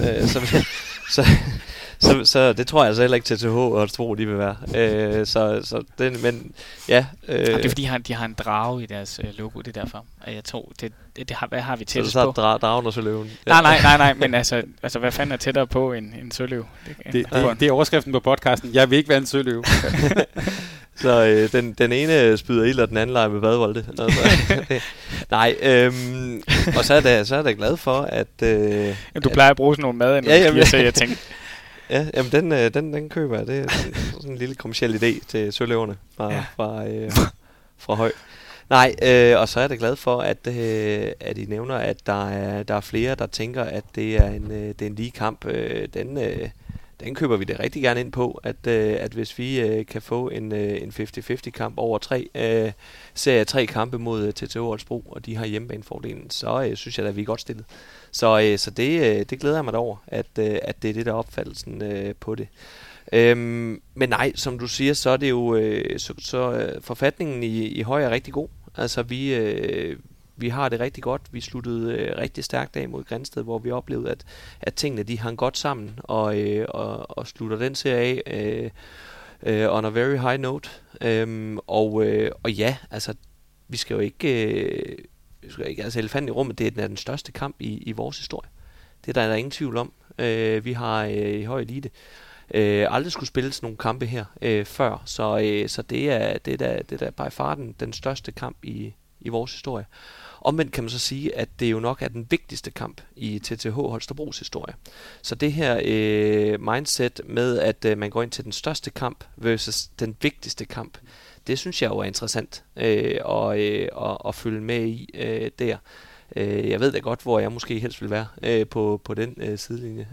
[SPEAKER 3] Så det tror jeg altså heller ikke TTH og Holstebro, de vil være. Så den, men ja.
[SPEAKER 4] Det er fordi, de har en drage i deres logo, det er derfor. Jeg tror, hvad har vi tættest på?
[SPEAKER 3] Så dragen og søløven.
[SPEAKER 4] Ja. Nej, men altså, hvad fanden er tættere på en søløv?
[SPEAKER 2] Det er overskriften på podcasten. Jeg vil ikke være en søløv.
[SPEAKER 3] Så den ene spyder ild, og den anden leger med badvolde. Nej, og så er jeg glad for, at...
[SPEAKER 4] du plejer at bruge sådan nogle mad, så jeg tænkte...
[SPEAKER 3] Ja, jamen den køber jeg. Det er sådan en lille kommerciel idé til søløverne fra Høj. Nej, og så er jeg glad for, at I nævner, at der er flere, der tænker, at det er en lige kamp. den køber vi det rigtig gerne ind på, at hvis vi kan få en 50-50 kamp over serie 3 kampe mod TTH Holstebro, og de har hjemmebanefordelen, så synes jeg, at vi er godt stillet. Så det glæder jeg mig over, at det er det, der er opfattelsen på det. Men nej, som du siger, så er det jo forfatningen i Høj er rigtig god. Altså vi har det rigtig godt. Vi sluttede rigtig stærkt af mod Grindsted, hvor vi oplevede, at tingene de hang godt sammen, og slutter den serie af on a very high note. Og ja, altså vi skal jo ikke altså elefanten i rummet, det er den største kamp i vores historie. Det er der ingen tvivl om. Vi har i Høj Elite aldrig skulle spille sådan nogle kampe her før, så det er by far den største kamp i vores historie. Omvendt kan man så sige, at det jo nok er den vigtigste kamp i TTH Holstebros historie. Så det her mindset med, at man går ind til den største kamp versus den vigtigste kamp, det synes jeg jo er interessant at følge med i der. Jeg ved da godt, hvor jeg måske helst vil være på den sidelinje.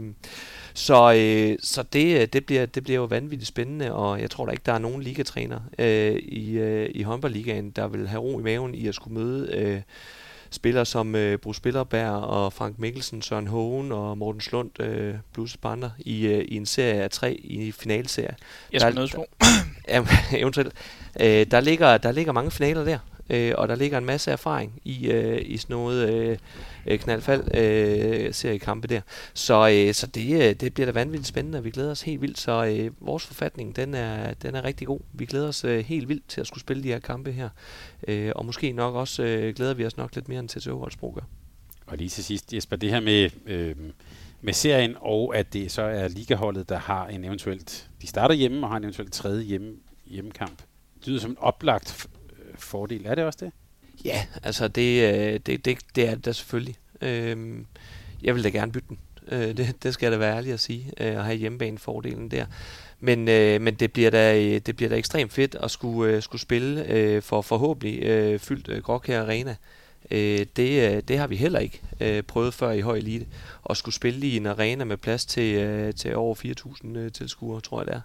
[SPEAKER 3] Så det bliver jo vanvittigt spændende, og jeg tror da ikke, der er nogen ligatræner i håndboldligaen, der vil have ro i maven i at skulle møde spillere som Bruce Spillerberg og Frank Mikkelsen, Søren Hågen og Morten Slund, plus på andre, i en serie af 3 i finalserie.
[SPEAKER 4] Jeg skal nødes på.
[SPEAKER 3] Eventuelt. Der ligger mange finaler der. Og der ligger en masse erfaring i sådan noget knaldfald seriekampe der. Så det bliver da vanvittigt spændende, og vi glæder os helt vildt. Så vores forfatning, den er rigtig god. Vi glæder os helt vildt til at skulle spille de her kampe her. Og måske nok også glæder vi os nok lidt mere end TTH Holstebro gør.
[SPEAKER 2] Og lige til sidst, Jesper, det her med serien, og at det så er ligaholdet, der har en eventuelt, de starter hjemme og har en eventuelt tredje hjemmekamp. Det lyder som en oplagt fordel. Er det også det?
[SPEAKER 3] Ja, altså det er det selvfølgelig. Jeg vil da gerne bytte den. Det skal jeg da være ærlig at sige, at have hjemmebanefordelen der. Men det bliver da ekstremt fedt at skulle spille for forhåbentlig fyldt Gråkær Arena. Det har vi heller ikke prøvet før i Høj Elite, at skulle spille i en arena med plads til over 4.000 tilskuere, tror jeg det er.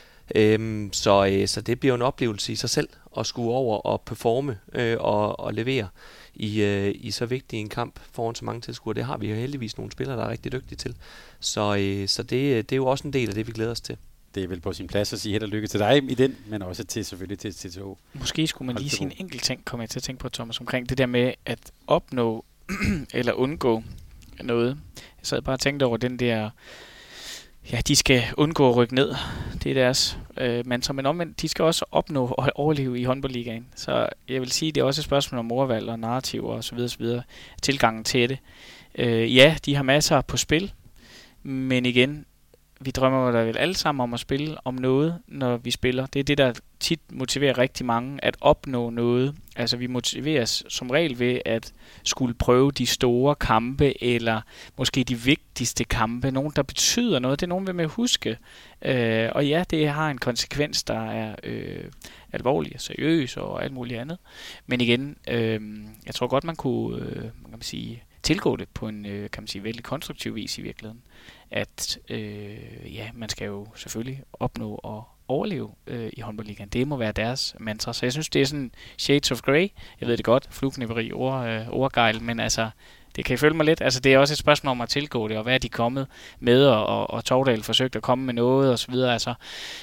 [SPEAKER 3] Så det bliver en oplevelse i sig selv at skulle over og performe og levere i så vigtig en kamp foran så mange tilskuere. Det har vi jo heldigvis nogle spillere, der er rigtig dygtige til. Så det er jo også en del af det, vi glæder os til.
[SPEAKER 2] Det er vel på sin plads at sige held og lykke til dig i den, men også selvfølgelig til TTH.
[SPEAKER 4] Måske skulle man lige sige en enkelt ting, kommer jeg til at tænke på, Thomas, omkring det der med at opnå eller undgå noget. Jeg sad bare og tænkte over den der, ja, de skal undgå at rykke ned. Det er deres mantra, men omvendt, de skal også opnå at overleve i håndboldligaen. Så jeg vil sige, det er også et spørgsmål om ordvalg og narrativer og så videre, tilgangen til det. Ja, de har masser på spil, men igen, vi drømmer da vel alle sammen om at spille om noget, når vi spiller. Det er det, der tit motiverer rigtig mange, at opnå noget. Altså vi motiveres som regel ved at skulle prøve de store kampe, eller måske de vigtigste kampe. Nogle, der betyder noget. Det er nogen, vi vil huske. Og ja, det har en konsekvens, der er alvorlig og seriøs og alt muligt andet. Men igen, jeg tror godt, man kunne kan man sige, tilgå det på en kan man sige, vældig konstruktiv vis i virkeligheden. At ja, man skal jo selvfølgelig opnå og overleve i håndboldligaen. Det må være deres mantra. Så jeg synes, det er sådan shades of grey. Jeg ved det godt, flugnæveri, ordgejl, men altså, det kan følge mig lidt. Altså, det er også et spørgsmål om at tilgå det, og hvad er de kommet med, og Tovdal forsøgt at komme med noget, og så videre, altså,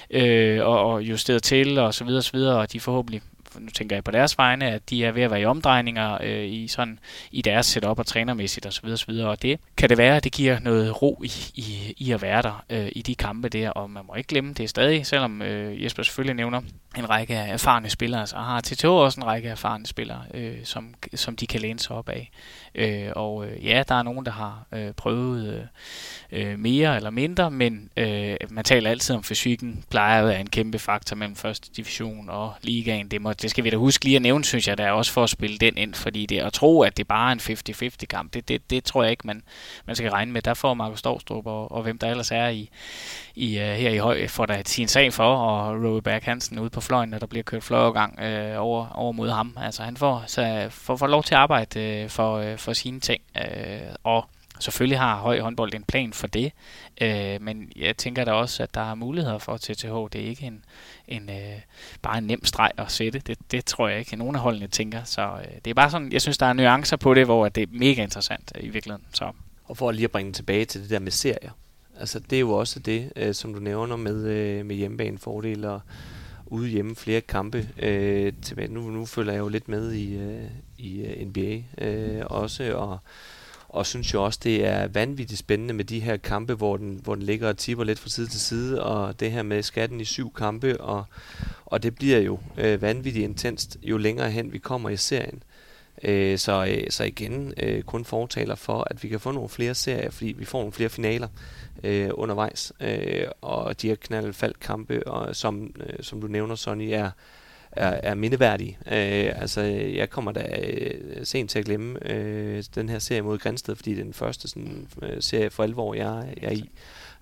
[SPEAKER 4] og justeret til, og så videre, og de forhåbentlig, nu tænker jeg på deres vegne, at de er ved at være i omdrejninger i deres setup og trænermæssigt og så videre, og det kan det være, at det giver noget ro i at være der i de kampe der, og man må ikke glemme det stadig, selvom Jesper selvfølgelig nævner en række af erfarne spillere, så har TTH også en række af erfarne spillere, som de kan læne sig op af. Ja, der er nogen, der har prøvet mere eller mindre, men man taler altid om fysikken, plejer at være en kæmpe faktor mellem første division og ligaen. Det skal vi da huske lige at nævne, synes jeg, der er også for at spille den ind, fordi det at tro, at det bare er en 50-50 kamp, det tror jeg ikke, man skal regne med. Der får Markus Storstrup og hvem der ellers er her i Høj, får der sin sag for, og Rowe Berg Hansen ude på fløjen, når der bliver kørt fløjovergang over mod ham. Altså han får lov til at arbejde for sine ting, og Selvfølgelig har høj håndbold en plan for det, men jeg tænker da også, at der er muligheder for TTH. Det er ikke bare en nem streg at sætte. Det tror jeg ikke, nogen af holdene tænker. Så det er bare sådan, jeg synes, der er nuancer på det, hvor det er mega interessant i virkeligheden. Så.
[SPEAKER 3] Og for lige at bringe tilbage til det der med serier. Altså det er jo også det, som du nævner med hjemmebanefordel og ude hjemme flere kampe. Nu følger jeg jo lidt med i NBA også, og synes jo også, det er vanvittigt spændende med de her kampe, hvor den ligger og tipper lidt fra side til side, og det her med skatten i 7 kampe, og det bliver jo vanvittigt intenst, jo længere hen vi kommer i serien. Så igen kun fortaler for, at vi kan få nogle flere serier, fordi vi får nogle flere finaler undervejs, og de her knald-fald-kampe, og som du nævner, Sonny, er mindeværdige. Altså, jeg kommer da sent til at glemme den her serie mod Grænsted, fordi det er den første sådan, serie for alvor, jeg er i.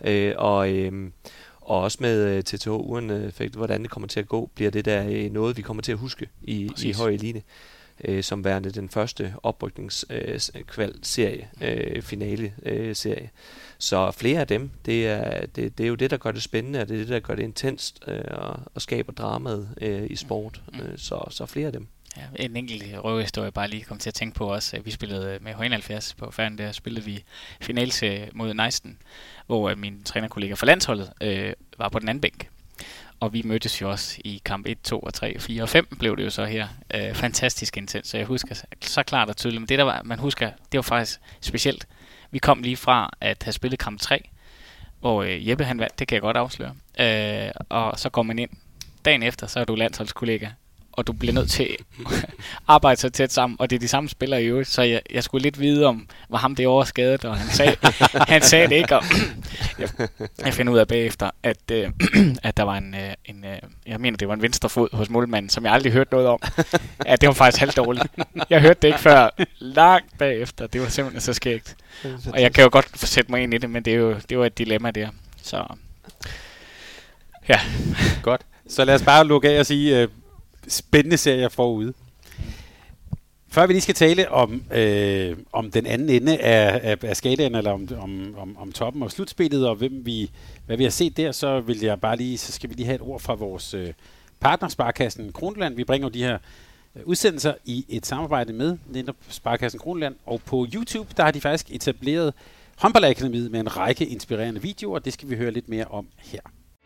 [SPEAKER 3] Og også med TTH Uren-effekt, hvordan det kommer til at gå, bliver det der noget, vi kommer til at huske i høj elite, som værende den første oprykningskval-serie, finale-serie. Så flere af dem, det er jo det, der gør det spændende, og det er det, der gør det intenst og skaber dramaet i sport. Så flere af dem.
[SPEAKER 4] Ja, en enkelt røverhistorie bare lige kom til at tænke på også. Vi spillede med H71 på Færden, der spillede vi finalserie mod Neisten, hvor min trænerkollega fra landsholdet var på den anden bænk. Og vi mødtes jo også i kamp 1, 2 og 3, 4 og 5 blev det jo så her. Fantastisk intens, så jeg husker så klart og tydeligt. Men det, man husker, det var faktisk specielt. Vi kom lige fra at have spillet kamp 3, hvor Jeppe han vandt, det kan jeg godt afsløre. Og så går man ind dagen efter, så er du landsholdskollega, og du bliver nødt til at arbejde så tæt sammen, og det er de samme spillere i øvrigt, så jeg skulle lidt vide om, var ham det overskadet, og han sagde det ikke, og jeg finder ud af bagefter, at der var jeg mener, det var en venstre fod hos målmanden, som jeg aldrig hørte noget om. Ja, det var faktisk halvt dårligt. Jeg hørte det ikke før langt bagefter, det var simpelthen så skægt. Og jeg kan jo godt sætte mig ind i det, men det var et dilemma der. Så ja.
[SPEAKER 2] Godt. Så lad os bare lukke af og sige, spændende serier forude. Før vi lige skal tale om den anden ende af skalaen, eller om toppen og slutspillet, og hvad vi har set der, så skal vi lige have et ord fra vores partner, Sparekassen Kronjylland. Vi bringer jo de her udsendelser i et samarbejde med netop Sparekassen Kronjylland, og på YouTube, der har de faktisk etableret Håndboldakademiet med en række inspirerende videoer, det skal vi høre lidt mere om her.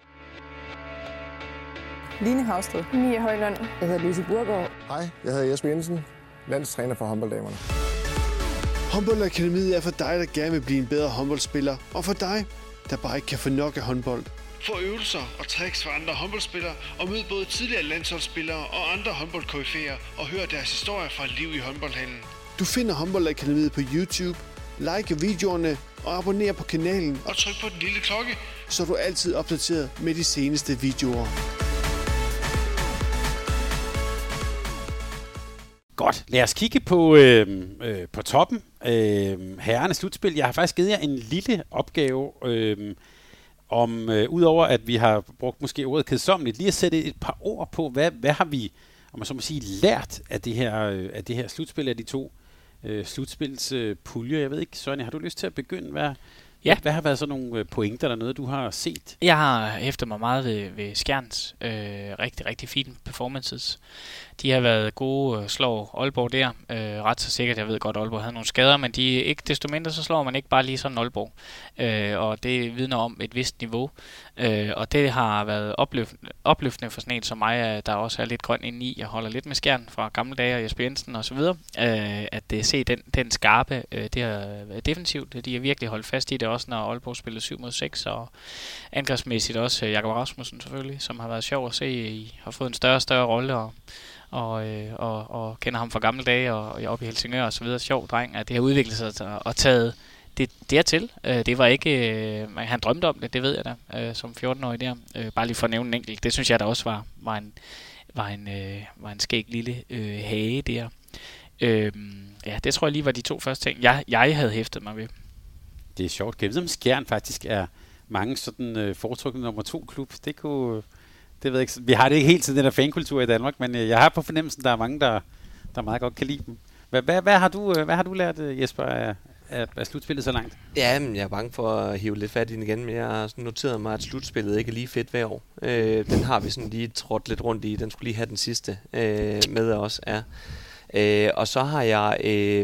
[SPEAKER 5] Line Havsted.
[SPEAKER 6] Mia Højlund.
[SPEAKER 5] Jeg hedder Lucy Burgaard.
[SPEAKER 7] Hej, jeg hedder Jesper Jensen, landstræner for håndbolddamerne.
[SPEAKER 8] Håndboldakademiet er for dig, der gerne vil blive en bedre håndboldspiller, og for dig, der bare ikke kan få nok af håndbold. Få øvelser og tricks fra andre håndboldspillere, og mød både tidligere landsholdsspillere og andre håndboldkoryfæer, og hør deres historier fra liv i håndboldhallen. Du finder Håndboldakademiet på YouTube, like videoerne og abonner på kanalen, og tryk på den lille klokke, så du er altid opdateret med de seneste videoer.
[SPEAKER 2] Godt. Lad os kigge på toppen. Herrenes slutspil. Jeg har faktisk givet jer en lille opgave om, udover at vi har brugt måske ordet kedsommeligt, lige at sætte et par ord på, hvad har vi, om man så må sige, lært af det her slutspil, af de to slutspilspuljer. Jeg ved ikke, Sonja, har du lyst til at begynde? Hvad har været så nogle pointer, eller noget, du har set?
[SPEAKER 4] Jeg har hæftet mig meget ved Skjerns rigtig, rigtig fine performances. De har været gode, slår Aalborg der. Ret så sikkert, jeg ved godt, Aalborg havde nogle skader, men ikke desto mindre, så slår man ikke bare lige sådan Aalborg. Og det vidner om et vist niveau. Og det har været opløftende for sådan en som mig, der også er lidt grøn indeni. Jeg holder lidt med Skjern fra gamle dage, og Jesper Jensen og så videre. At se den skarpe, det er defensivt. De har virkelig holdt fast i det også, når Aalborg spillede 7 mod 6, og angrebsmæssigt også Jakob Rasmussen selvfølgelig, som har været sjov at se, har fået en større og større rolle, og kender ham fra gamle dage, og oppe i Helsingør og så videre. Sjov dreng, at det har udviklet sig og taget det dertil. Det var ikke, han drømte om det ved jeg da, som 14-årig der. Bare lige for at nævne en enkelt. Det synes jeg da også var en skæg lille hage der. Ja, det tror jeg lige var de to første ting, jeg havde hæftet mig ved.
[SPEAKER 2] Det er sjovt. Kan jeg vide, om Skjern faktisk er mange sådan foretrukne nummer 2 klub? Det ved jeg ikke. Vi har det ikke helt til den der fankultur i Danmark, men jeg har på fornemmelsen, der er mange, der meget godt kan lide dem. Hvad har du lært, Jesper, af slutspillet så langt?
[SPEAKER 3] Ja, men jeg er bange for at hive lidt fat i den igen, men jeg har sådan noteret mig, at slutspillet ikke er lige fedt hver år. Den har vi sådan lige trådt lidt rundt i. Den skulle lige have den sidste med os. Ja. Og så har jeg...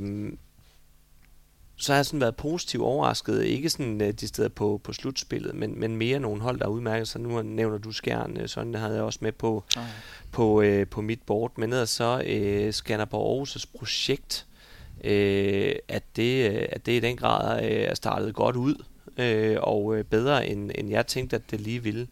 [SPEAKER 3] Så har jeg sådan været positivt overrasket, ikke sådan de steder på slutspillet, men mere nogle hold, der er udmærket. Så nu nævner du Skjern, sådan det havde jeg også med på mit board. Men ellers så Skanderborg Aarhus' projekt, at det i den grad er startet godt ud, og bedre end jeg tænkte, at det lige ville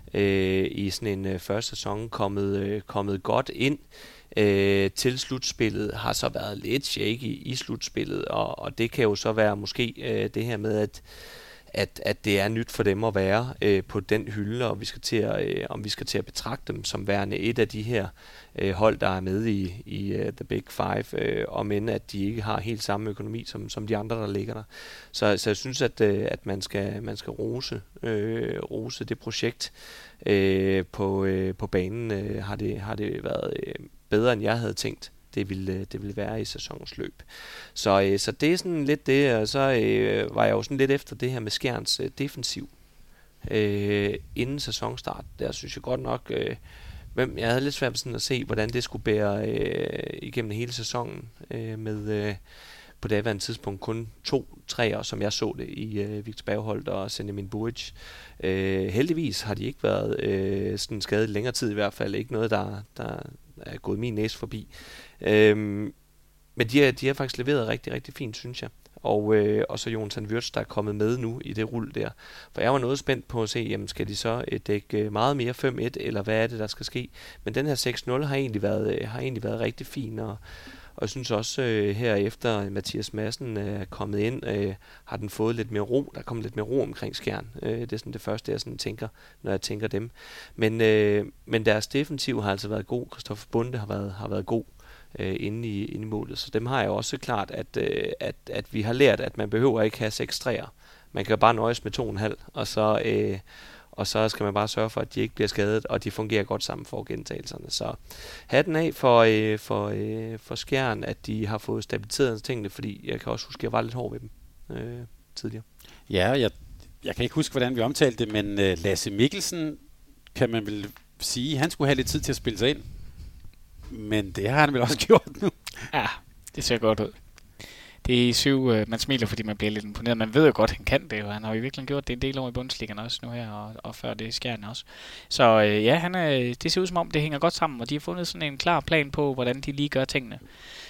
[SPEAKER 3] i sådan en første sæson kommet godt ind. Til slutspillet har så været lidt shaky i slutspillet, og det kan jo så være måske det her med, at det er nyt for dem at være på den hylde, og vi skal til at betragte dem som værende et af de her hold, der er med i The Big Five, og men at de ikke har helt samme økonomi som de andre, der ligger der. Så jeg synes, at man skal rose det projekt på banen. Har det været bedre, end jeg havde tænkt, det ville være i sæsonens løb. Så det er sådan lidt det, og så var jeg jo sådan lidt efter det her med Skjerns defensiv inden sæsonstart. Der synes jeg godt nok, jeg havde lidt svært sådan at se, hvordan det skulle bære igennem hele sæsonen med på det daværende tidspunkt kun 2 træer, som jeg så det i Victor Bergholt og Senemin Buric. Heldigvis har de ikke været sådan skadet længere tid i hvert fald. Ikke noget, der er gået min næse forbi. Men de har faktisk leveret rigtig, rigtig fint, synes jeg. Og så Jonathan Wirtz, der er kommet med nu i det rulle der. For jeg var noget spændt på at se, jamen skal de så dække meget mere 5-1, eller hvad er det, der skal ske? Men den her 6-0 har egentlig været rigtig fin, og jeg synes også her efter Mathias Madsen er kommet ind, har den fået lidt mere ro. Der er kommet lidt mere ro omkring Skjern. Det er sådan det første, jeg sådan tænker, når jeg tænker dem. Men deres defensiv har altså været god. Christoffer Bunde har været god inde i målet. Så dem har jeg også klart, at vi har lært, at man behøver ikke have 6 træer. Man kan bare nøjes med 2,5, og så skal man bare sørge for, at de ikke bliver skadet, og de fungerer godt sammen for gentagelserne. Så hatten af for Skjern, at de har fået stabiliseret tingene, fordi jeg kan også huske, at jeg var lidt hård ved dem tidligere.
[SPEAKER 2] Ja, jeg kan ikke huske, hvordan vi omtalte det, men Lasse Mikkelsen, kan man vel sige, han skulle have lidt tid til at spille sig ind. Men det har han vel også gjort nu.
[SPEAKER 4] Ja, det ser godt ud. Det er 7, man smiler, fordi man bliver lidt imponeret. Man ved jo godt, at han kan det, og han har jo virkelig gjort det en del år i Bundesligaen også nu her, og før det Skjern også. Så ja, det ser ud som om, det hænger godt sammen, og de har fundet sådan en klar plan på, hvordan de lige gør tingene.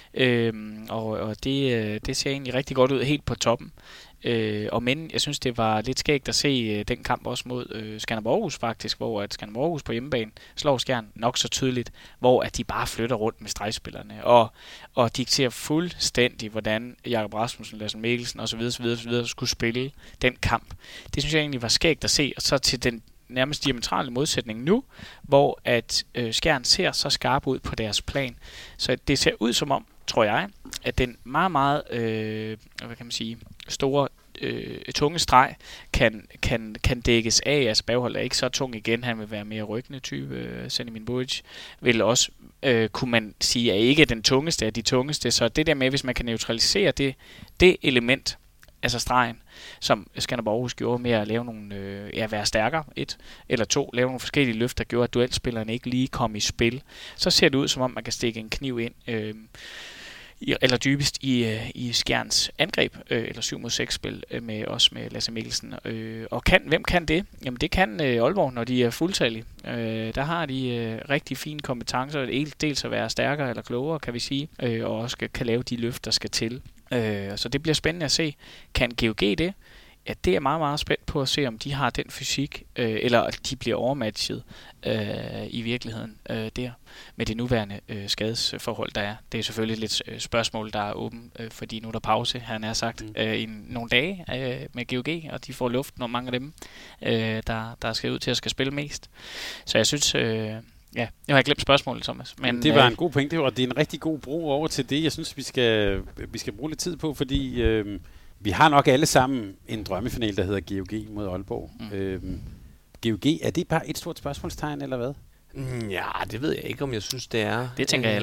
[SPEAKER 4] Og det ser egentlig rigtig godt ud helt på toppen. Men jeg synes, det var lidt skægt at se den kamp også mod Skanderborg Aarhus faktisk, hvor at Skanderborg Aarhus på hjemmebane slår Skjern nok så tydeligt, hvor at de bare flytter rundt med stregspillerne og dikterer fuldstændig, hvordan Jakob Rasmussen, Lasse Mikkelsen osv. skulle spille den kamp. Det synes jeg egentlig var skægt at se, og så til den nærmest diametrale modsætning nu, hvor at Skjern ser så skarp ud på deres plan. Så det ser ud som om, tror jeg, at den meget, meget hvad kan man sige, store tunge streg kan dækkes af. Altså Bergholt er ikke så tung igen, han vil være mere ryggende type. Senemin Buric vil også, kunne man sige, er ikke den tungeste af de tungeste. Så det der med, hvis man kan neutralisere det element, altså stregen, som Skanderborg Aarhus gjorde med at lave nogle, være stærkere, 1 eller 2, lave nogle forskellige løft, der gjorde, at duelspillerne ikke lige kom i spil, så ser det ud, som om man kan stikke en kniv ind, eller dybest i Skjerns angreb, eller 7-mod-6-spil med Lasse Mikkelsen. Og hvem kan det? Jamen det kan Aalborg, når de er fuldtallige. Der har de rigtig fine kompetencer, dels at være stærkere eller klogere, kan vi sige, og også kan lave de løft, der skal til. Så det bliver spændende at se. Kan GOG det? Ja, det er meget, meget spændt på at se, om de har den fysik, eller at de bliver overmatchet i virkeligheden der, med det nuværende skadesforhold, der er. Det er selvfølgelig lidt spørgsmål, der er åben, fordi nu er der pause, han har sagt, i nogle dage med GOG, og de får luft, når mange af dem, der skal ud til at skal spille mest. Så jeg synes... Ja, jeg har glemt spørgsmålet, Thomas. Men
[SPEAKER 2] det var en god pointe, og det er en rigtig god bro over til det, jeg synes, vi skal bruge lidt tid på, fordi vi har nok alle sammen en drømmefinal, der hedder GOG mod Aalborg. GOG, er det bare et stort spørgsmålstegn, eller hvad?
[SPEAKER 3] Ja, det ved jeg ikke, om jeg synes, det er.
[SPEAKER 4] Det tænker jeg heller ikke.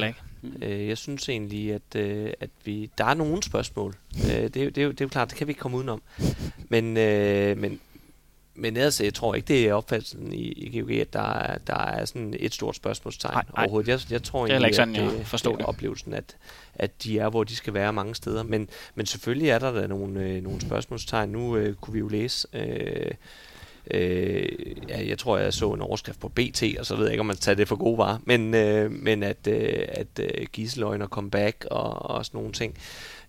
[SPEAKER 3] Jeg synes egentlig, at der er nogle spørgsmål. Det er jo klart, det kan vi ikke komme udenom. Men ellers, jeg tror ikke, det er opfattelsen i GOG, at der er sådan et stort spørgsmålstegn overhovedet. Jeg tror egentlig,
[SPEAKER 4] sådan, at det er
[SPEAKER 3] oplevelsen, at de er, hvor de skal være mange steder. Men selvfølgelig er der nogle spørgsmålstegn. Nu kunne vi jo læse... jeg tror, jeg så en overskrift på BT, og så ved jeg ikke, om man tager det for gode varer, men at Gieseløgner come back og sådan nogle ting.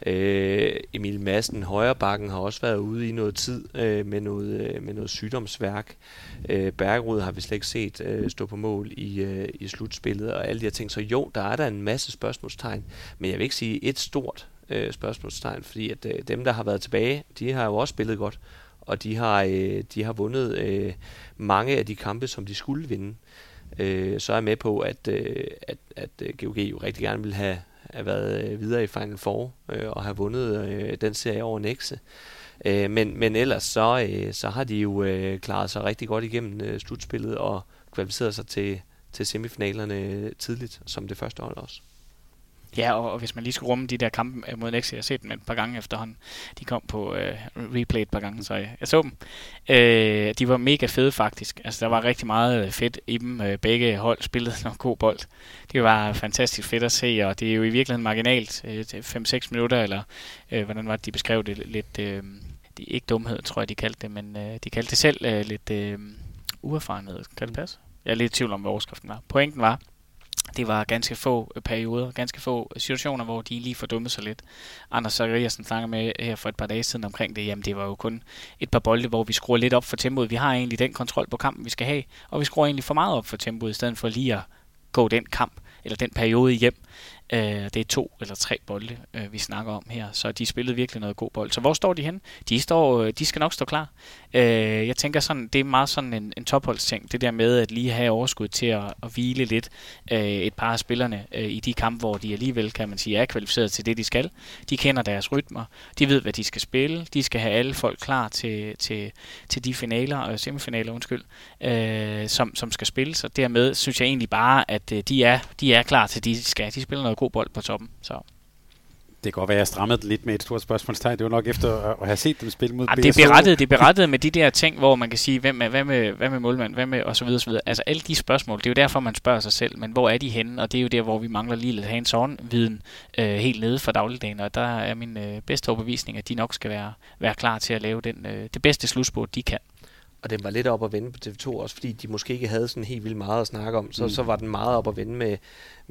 [SPEAKER 3] Emil Madsen, højrebakken, har også været ude i noget tid med noget sygdomsværk. Bergerud har vi slet ikke set stå på mål i slutspillet og alle de her ting. Så jo, der er der en masse spørgsmålstegn, men jeg vil ikke sige et stort spørgsmålstegn, fordi at dem, der har været tilbage, de har jo også spillet godt. Og de har vundet mange af de kampe, som de skulle vinde. Så er jeg med på, at GOG jo rigtig gerne ville have været videre i Final Four og have vundet den serie over Nexe. Men ellers så har de jo klaret sig rigtig godt igennem slutspillet og kvalificeret sig til semifinalerne tidligt som det første hold også.
[SPEAKER 4] Ja, og hvis man lige skulle rumme de der kampe mod Nexe, jeg har set dem et par gange efterhånden. De kom på replay et par gange, så jeg så dem. De var mega fede faktisk. Altså, der var rigtig meget fedt i dem. Begge hold spillede noget god bold. Det var fantastisk fedt at se, og det er jo i virkeligheden marginalt. 5-6 minutter, eller hvordan var det, de beskrev det lidt... det er ikke dumhed, tror jeg, de kaldte det, men de kaldte det selv lidt uerfarenhed. Kan det passe? Jeg er lidt i tvivl om, hvad overskriften var. Pointen var, det var ganske få perioder, ganske få situationer, hvor de lige fordummede sig lidt. Anders Zachariasen snakker med her for et par dage siden omkring det. Jamen, det var jo kun et par bolde, hvor vi skruer lidt op for tempoet. Vi har egentlig den kontrol på kampen, vi skal have, og vi skruer egentlig for meget op for tempoet, i stedet for lige at gå den kamp, eller den periode hjem. Det er 2 eller 3 bolde, vi snakker om her, så de spillede virkelig noget god bold. Så hvor står de hen? De skal nok stå klar. Jeg tænker sådan, det er meget sådan en topholdsting, det der med at lige have overskud til at hvile lidt et par af spillerne i de kampe, hvor de alligevel, kan man sige, er kvalificeret til det, de skal. De kender deres rytmer, de ved, hvad de skal spille, de skal have alle folk klar til de finaler, semifinaler, som skal spille. Så dermed synes jeg egentlig bare, at de er klar til de skal. De spiller noget god bold på toppen. Så.
[SPEAKER 2] Det kan godt være, at jeg strammede lidt med et stort spørgsmålstegn. Det var nok efter at have set dem spille mod BSO.
[SPEAKER 4] Det er berettet med de der ting, hvor man kan sige, hvad med målmand, hvad med, og så videre, så videre. Altså alle de spørgsmål, det er jo derfor, man spørger sig selv, men hvor er de henne? Og det er jo der, hvor vi mangler lige lidt hands-on-viden helt nede fra dagligdagen, og der er min bedste overbevisning, at de nok skal være klar til at lave det bedste slutspurt, de kan.
[SPEAKER 3] Og den var lidt op at vende på TV2 også, fordi de måske ikke havde sådan helt vildt meget at snakke om. Så var den meget op at vende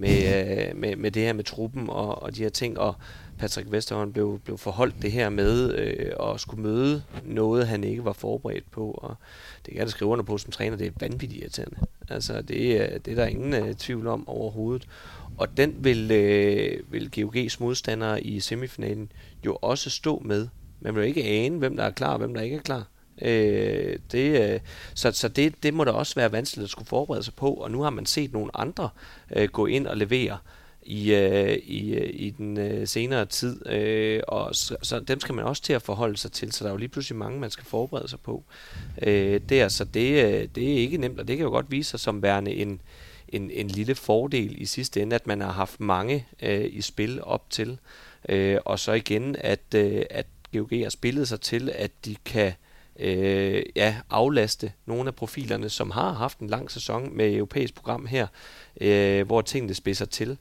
[SPEAKER 3] med det her med truppen og de her ting. Og Patrick Westerholm blev forholdt det her med at skulle møde noget, han ikke var forberedt på. Og det kan jeg da skrive under på som træner, det er vanvittigt irriterende. Altså det er der ingen tvivl om overhovedet. Og den vil GOG's modstandere i semifinalen jo også stå med. Man vil jo ikke ane, hvem der er klar og hvem der ikke er klar. Så det må da også være vanskeligt at skulle forberede sig på, og nu har man set nogle andre gå ind og levere i den senere tid, og så dem skal man også til at forholde sig til, så der er jo lige pludselig mange, man skal forberede sig på. Det er ikke nemt, og det kan jo godt vise sig som værende en lille fordel i sidste ende, at man har haft mange i spil op til, og så igen, at GOG har spillet sig til, at de kan aflaste nogle af profilerne, som har haft en lang sæson med europæisk program her, hvor tingene spidser til.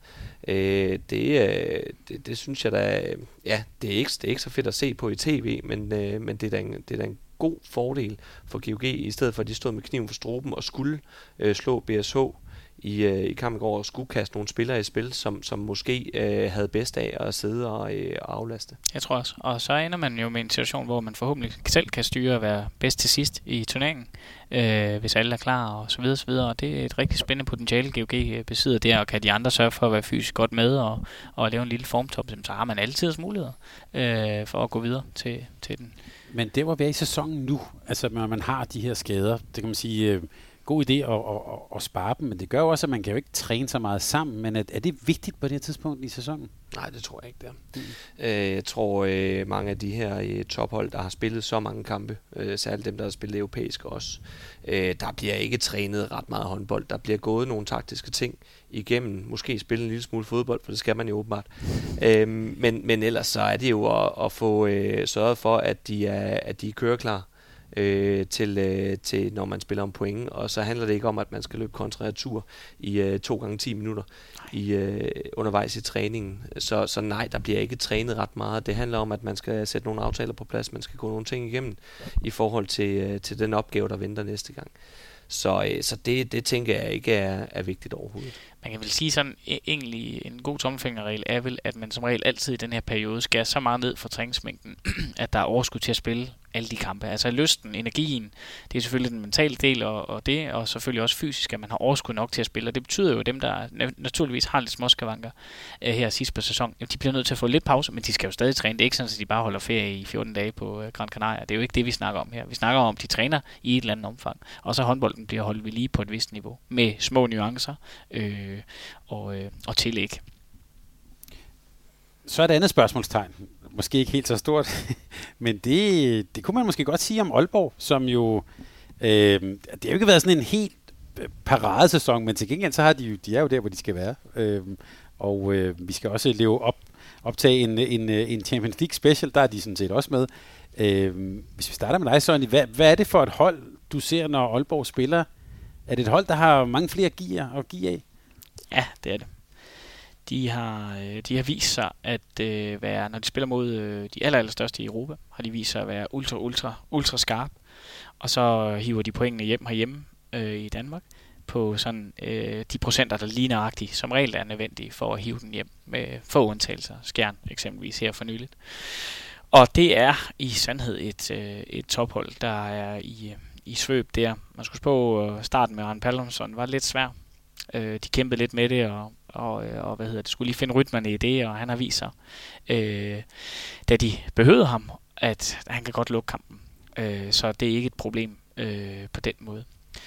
[SPEAKER 3] Det synes jeg da, det er ikke så fedt at se på i tv, men det er da en god fordel for GOG, i stedet for at de stod med kniven for struben og skulle slå BSH i kampen i går, og skulle kaste nogle spillere i spil, som måske havde bedst af at sidde og aflaste.
[SPEAKER 4] Jeg tror også. Og så ender man jo med en situation, hvor man forhåbentlig selv kan styre at være bedst til sidst i turneringen, hvis alle er klar, og så videre, så videre. Og det er et rigtig spændende potentiale, GOG besidder der, og kan de andre sørge for at være fysisk godt med og lave en lille formtop, så har man altid muligheder for at gå videre til den.
[SPEAKER 2] Men det var vi i sæsonen nu, altså når man har de her skader, det kan man sige... god idé at spare dem, men det gør jo også, at man kan jo ikke træne så meget sammen. Men er det vigtigt på det her tidspunkt i sæsonen?
[SPEAKER 3] Nej, det tror jeg ikke, det er. Jeg tror, mange af de her tophold, der har spillet så mange kampe, særligt dem, der har spillet europæisk også, der bliver ikke trænet ret meget håndbold. Der bliver gået nogle taktiske ting igennem, måske spille en lille smule fodbold, for det skal man jo åbenbart. Men ellers så er det jo at få sørget for, at de er køreklar til når man spiller om point, og så handler det ikke om, at man skal løbe kontra-retur i 2 gange 10 minutter undervejs i træningen. Så nej, der bliver ikke trænet ret meget. Det handler om, at man skal sætte nogle aftaler på plads, man skal gå nogle ting igennem i forhold til den opgave, der venter næste gang. Så det tænker jeg ikke er vigtigt overhovedet.
[SPEAKER 4] Man kan vel sige sådan, egentlig en god tommelfingerregel er vel, at man som regel altid i den her periode skærer så meget ned for træningsmængden, at der er overskud til at spille alle de kampe. Altså lysten, energien, det er selvfølgelig den mentale del og selvfølgelig også fysisk, at man har overskud nok til at spille. Og det betyder jo, at dem, der naturligvis har lidt småskavanker her sidst på sæson, de bliver nødt til at få lidt pause, men de skal jo stadig træne. Det er ikke sådan, at de bare holder ferie i 14 dage på Gran Canaria. Det er jo ikke det, vi snakker om her. Vi snakker om, at de træner i et eller andet omfang. Og så håndbolden bliver holdt ved lige på et vist niveau, med små nuancer og tillæg.
[SPEAKER 2] Så er det andet spørgsmålstegn. Måske ikke helt så stort, men det kunne man måske godt sige om Aalborg, som jo, det har jo ikke været sådan en helt paradesæson, men til gengæld så har de er jo der, hvor de skal være. Vi skal også optage en Champions League special, der er de sådan set også med. Hvis vi starter med dig, Sonny, hvad er det for et hold, du ser, når Aalborg spiller? Er det et hold, der har mange flere at give af?
[SPEAKER 4] Ja, det er det. De har vist sig at være, når de spiller mod de allerstørste i Europa, har de vist sig at være ultra skarp. Og så hiver de pointene hjem herhjemme i Danmark på sådan de procenter, der lige nøjagtigt som regel er nødvendige for at hive den hjem med få undtagelser. Skjern eksempelvis her for nyligt. Og det er i sandhed et tophold, der er i svøb der. Man skulle på starten med Arne Palmsson var lidt svær. De kæmpede lidt med det, og skulle lige finde rytmerne i det, og han har vist sig, da de behøvede ham, at han kan godt lukke kampen. Så det er ikke et problem på den måde.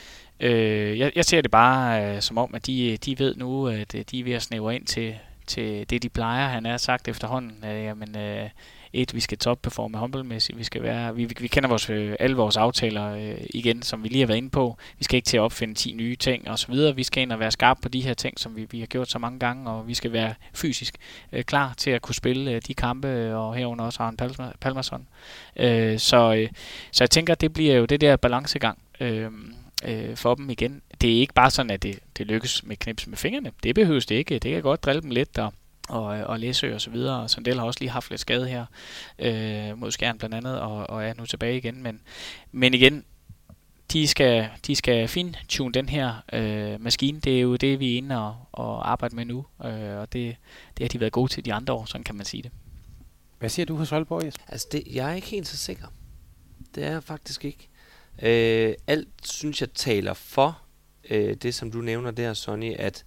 [SPEAKER 4] Jeg ser det bare som om, at de ved nu, at de er ved at snævre ind til det, de plejer. Han har sagt efterhånden, vi skal topperforme håndboldmæssigt. Vi kender alle vores aftaler igen, som vi lige har været inde på. Vi skal ikke til at opfinde 10 nye ting og så videre. Vi skal ind og være skarpe på de her ting, som vi har gjort så mange gange, og vi skal være fysisk klar til at kunne spille de kampe, og herunder også Arne Palmerson. Så jeg tænker, at det bliver jo det der balancegang for dem igen. Det er ikke bare sådan, at det lykkes med knips med fingrene. Det behøves det ikke. Det kan godt drille dem lidt og Læsø og så videre. Og Sandel har også lige haft lidt skade her mod Skjern blandt andet, og er nu tilbage igen. Men igen, de skal fintune den her maskine. Det er jo det, vi er inde og arbejde med nu, og det har de været gode til de andre år, sådan kan man sige det.
[SPEAKER 2] Hvad siger du hos Aalborg, Jesper?
[SPEAKER 3] Altså jeg er ikke helt så sikker. Det er jeg faktisk ikke. Alt synes jeg taler for det, som du nævner der, Sonny, at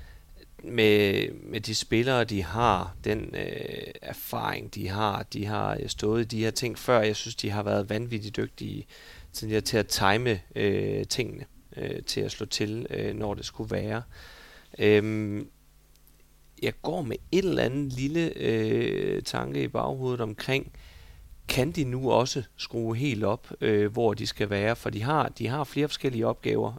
[SPEAKER 3] med de spillere, de har, den erfaring, de har stået i de her ting før. Jeg synes, de har været vanvittigt dygtige til at time tingene, til at slå til, når det skulle være. Jeg går med et eller andet lille tanke i baghovedet omkring, kan de nu også skrue helt op, hvor de skal være? For de har flere forskellige opgaver,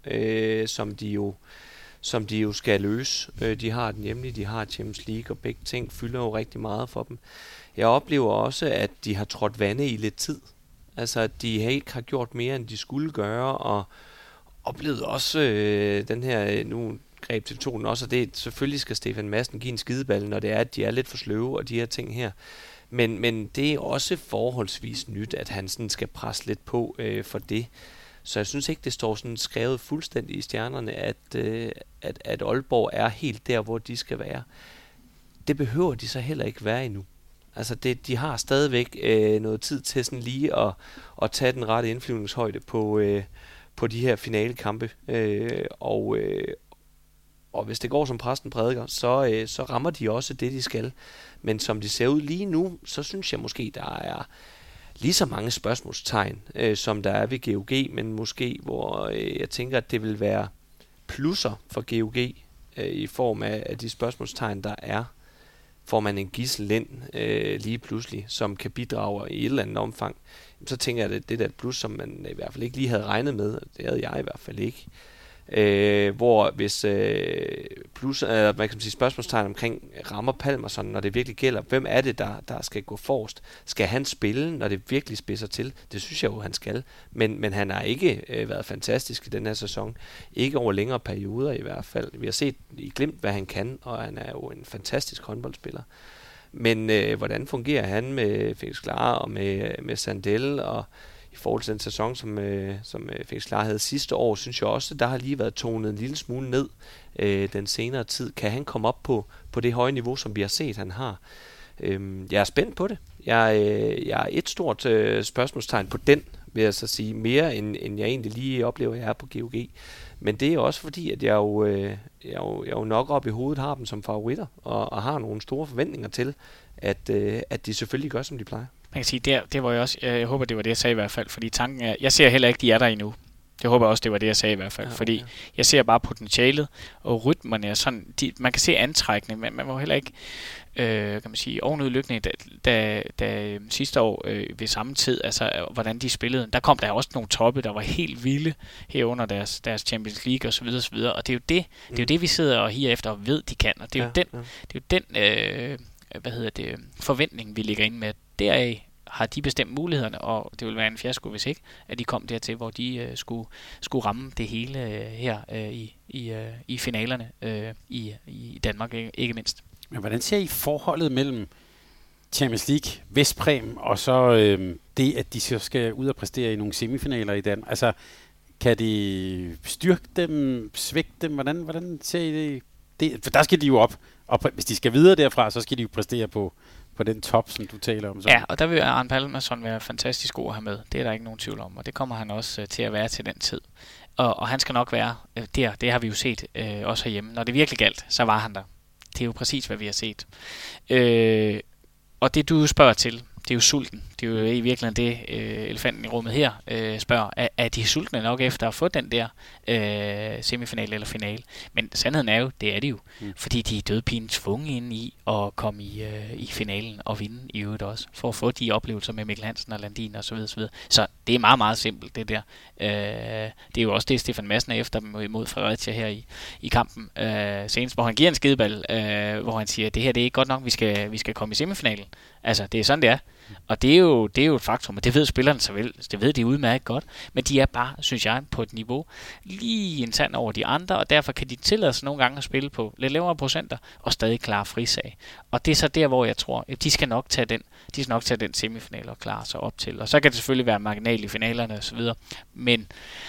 [SPEAKER 3] som de jo skal løse. De har den hjemlige, de har Champions League, og begge ting fylder jo rigtig meget for dem. Jeg oplever også, at de har trådt vande i lidt tid. Altså, at de ikke har gjort mere, end de skulle gøre, og oplevede også den her, nu greb TV2 også, og det selvfølgelig skal Stefan Madsen give en skideball, når det er, at de er lidt for sløve, og de her ting her. Men det er også forholdsvis nyt, at han sådan skal presse lidt på for det. Så jeg synes ikke, det står sådan skrevet fuldstændig i stjernerne, at Aalborg er helt der, hvor de skal være. Det behøver de så heller ikke være endnu. Altså de har stadigvæk noget tid til sådan lige at tage den rette indflyvningshøjde på de her finalekampe. Og hvis det går som præsten prædiker, så rammer de også det, de skal. Men som de ser ud lige nu, så synes jeg måske, der lige så mange spørgsmålstegn, som der er ved GOG, men måske hvor jeg tænker, at det vil være plusser for GOG i form af de spørgsmålstegn, der er. Får man en Gissel Lind lige pludselig, som kan bidrage i et eller andet omfang, så tænker jeg, at det er et plus, som man i hvert fald ikke lige havde regnet med. Det havde jeg i hvert fald ikke. Hvor hvis man kan sige spørgsmålstegn omkring rammer Palmerson, når det virkelig gælder, hvem er det, der skal gå forrest? Skal han spille, når det virkelig spidser til? Det synes jeg jo, han skal. Men han har ikke været fantastisk i den her sæson. Ikke over længere perioder i hvert fald. Vi har set i Glimt, hvad han kan, og han er jo en fantastisk håndboldspiller. Men hvordan fungerer han med Felix Klar og med Sandell, og i forhold til den sæson, som Felix Klar havde sidste år, synes jeg også, der har lige været tonet en lille smule ned den senere tid. Kan han komme op på det høje niveau, som vi har set, han har? Jeg er spændt på det. Jeg er et stort spørgsmålstegn på den, vil jeg så sige, mere end jeg egentlig lige oplever, jeg er på GOG. Men det er også fordi, at jeg jo nok op i hovedet har dem som favoritter, og har nogle store forventninger til, at de selvfølgelig gør, som de plejer.
[SPEAKER 4] Man kan sige, det var jeg også, jeg håber, det var det, jeg sagde i hvert fald, fordi tanken er, jeg ser heller ikke, de er der endnu. Jeg håber også, det var det, jeg sagde i hvert fald, fordi jeg ser bare potentialet, og rytmerne er sådan, man kan se antrækning, men man må heller ikke, kan man sige, ovenudlykning, da sidste år ved samme tid, altså hvordan de spillede, der kom der også nogle toppe, der var helt vilde herunder deres Champions League og så videre, og det er jo det, vi sidder og higer efter og ved, de kan, og det er jo den forventning, vi ligger inde med. Deraf har de bestemt mulighederne, og det vil være en fiasko, hvis ikke, at de kom dertil, hvor de skulle ramme det hele her i finalerne i Danmark, ikke mindst.
[SPEAKER 2] Men hvordan ser I forholdet mellem Champions League, Vestpræm, og så det, at de så skal ud og præstere i nogle semifinaler i Danmark? Altså, kan de styrke dem, svække dem? Hvordan ser I det? For der skal de jo op, og hvis de skal videre derfra, så skal de jo præstere på den top, som du taler om. Så.
[SPEAKER 4] Ja, og der vil Arne Palmerson være fantastisk god at have med. Det er der ikke nogen tvivl om, og det kommer han også til at være til den tid. Og han skal nok være der. Det har vi jo set også herhjemme. Når det virkelig galt, så var han der. Det er jo præcis, hvad vi har set. Og det, du spørger til, det er jo sulten. Det er jo i virkeligheden det, elefanten i rummet her spørger. Er de sultne nok efter at få den der semifinal eller finale? Men sandheden er jo, det er de jo. Fordi de er dødpinen tvunget ind i at komme i finalen og vinde i øvrigt også. For at få de oplevelser med Mikkel Hansen og Landin og så videre, så videre. Så det er meget, meget simpelt, det der. Det er jo også det, Stefan Madsen er efter dem imod Fredericia her i kampen. Senest, hvor han giver en skideball, hvor han siger, det her det er ikke godt nok, vi skal komme i semifinalen. Altså, det er sådan, det er. Og det er jo et faktum, og det ved spillerne så vel. Det ved de udmærket godt. Men de er bare, synes jeg, på et niveau lige en tand over de andre, og derfor kan de tillade sig nogle gange at spille på lidt lavere procenter, og stadig klare frisag. Og det er så der, hvor jeg tror, at de skal nok tage den semifinal og klare sig op til. Og så kan det selvfølgelig være marginal i finalerne og så videre. Men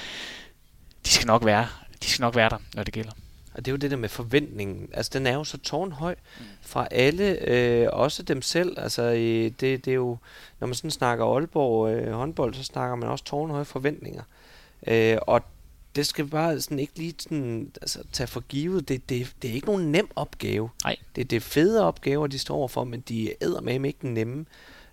[SPEAKER 4] de skal nok være der, når det gælder.
[SPEAKER 3] Og det er jo det der med forventningen. Altså, den er jo så tårnhøj fra alle, også dem selv. Altså, det er jo, når man sådan snakker Aalborg håndbold, så snakker man også tårnhøje forventninger. Og det skal bare sådan ikke lige sådan, altså, tage for givet. Det er ikke nogen nem opgave.
[SPEAKER 4] Nej.
[SPEAKER 3] Det er fede opgaver, de står overfor, men de er eddermame ikke nemme.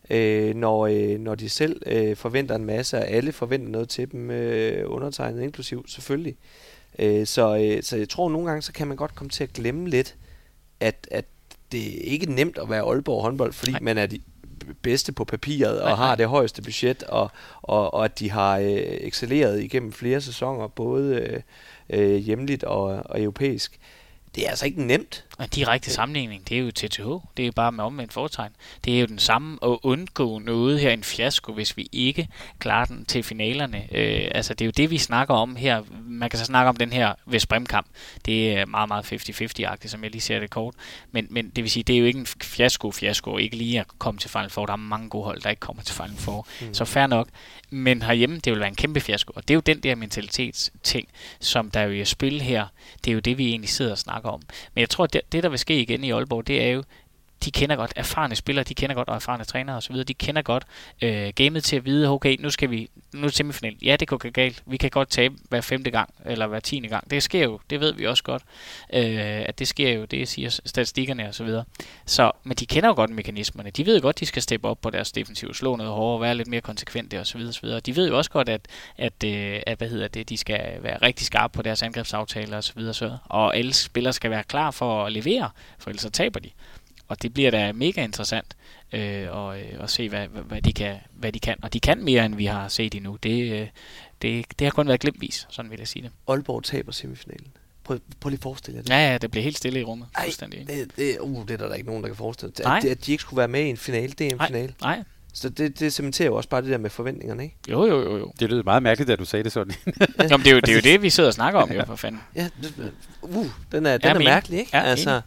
[SPEAKER 3] Når de selv forventer en masse, og alle forventer noget til dem, undertegnet inklusiv selvfølgelig. Så jeg tror, nogle gange, så kan man godt komme til at glemme lidt, at det er ikke nemt at være Aalborg håndbold, fordi man er de bedste på papiret, og har det højeste budget, og at de har excelleret igennem flere sæsoner, både hjemligt og europæisk. Det er altså ikke nemt.
[SPEAKER 4] En direkte sammenligning, det er jo TTH. Det er jo bare med omvendt foretegn. Det er jo den samme at undgå noget her, en fiasko, hvis vi ikke klarer den til finalerne. Altså, det er jo det, vi snakker om her. Man kan så snakke om den her Vestbrem-kamp. Det er meget, meget 50-50-agtigt, som jeg lige ser det kort. Men det vil sige, det er jo ikke en fiasko, ikke lige at komme til Final Four. Der er mange gode hold, der ikke kommer til Final Four. Så fair nok. Men herhjemme, det vil være en kæmpe fiasko. Og det er jo den der mentalitetsting, som der er jo i spil her. Det er jo det, vi egentlig sidder og snakker om. Men jeg tror, at det der vil ske igen i Aalborg, det er jo, de kender godt erfarne spillere, de kender godt og erfarne trænere osv., de kender godt gamet til at vide, okay, nu er det semifinal. Ja, det kunne gå galt. Vi kan godt tabe hver 5. gang, eller hver 10. gang. Det sker jo, det ved vi også godt, at det sker jo, det siger statistikkerne og så videre. Men de kender jo godt mekanismerne. De ved jo godt, de skal steppe op på deres defensive, slå noget hårdere, være lidt mere konsekvente og så videre. De ved jo også godt, at de skal være rigtig skarpe på deres angrebsaftaler og så videre. Og alle spillere skal være klar for at levere, for ellers så taber de. Og det bliver da mega interessant at se, hvad de kan. Og de kan mere, end vi har set endnu. Det har kun været glimtvis, sådan vil jeg sige det.
[SPEAKER 3] Aalborg taber semifinalen. Prøv lige at forestille jer det.
[SPEAKER 4] Ja, det bliver helt stille i rummet.
[SPEAKER 3] Fuldstændig. Det er der ikke nogen, der kan forestille sig. At de ikke skulle være med i en finale, det er en finale.
[SPEAKER 4] Nej.
[SPEAKER 3] Så det cementerer jo også bare det der med forventningerne, ikke?
[SPEAKER 4] Jo.
[SPEAKER 2] Det lyder meget mærkeligt, at du sagde det sådan.
[SPEAKER 4] Jamen, det er jo det, vi sidder og snakker om, jo, for fanden.
[SPEAKER 3] Ja, den er mærkelig, ikke?
[SPEAKER 4] Ja,
[SPEAKER 3] altså,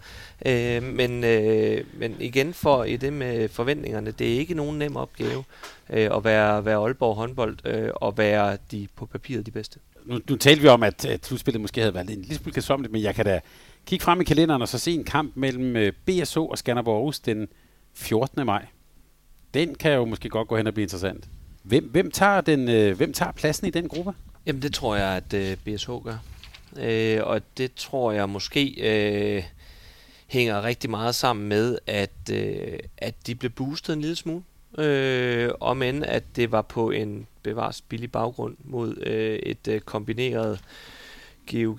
[SPEAKER 3] men igen i det med forventningerne, det er ikke nogen nem opgave at være Aalborg håndbold og være på papiret de bedste.
[SPEAKER 2] Nu talte vi om, at slutspillet måske havde været en lille smule kedsommeligt, men jeg kan da kigge frem i kalenderen og så se en kamp mellem BSO og Skanderborg Aarhus den 14. maj. Den kan jo måske godt gå hen og blive interessant. Hvem tager pladsen i den gruppe? Jamen,
[SPEAKER 3] det tror jeg, at BSH gør. Og det tror jeg måske hænger rigtig meget sammen med, at de blev boostet en lille smule. Om end at det var på en bevares billig baggrund mod et kombineret GOG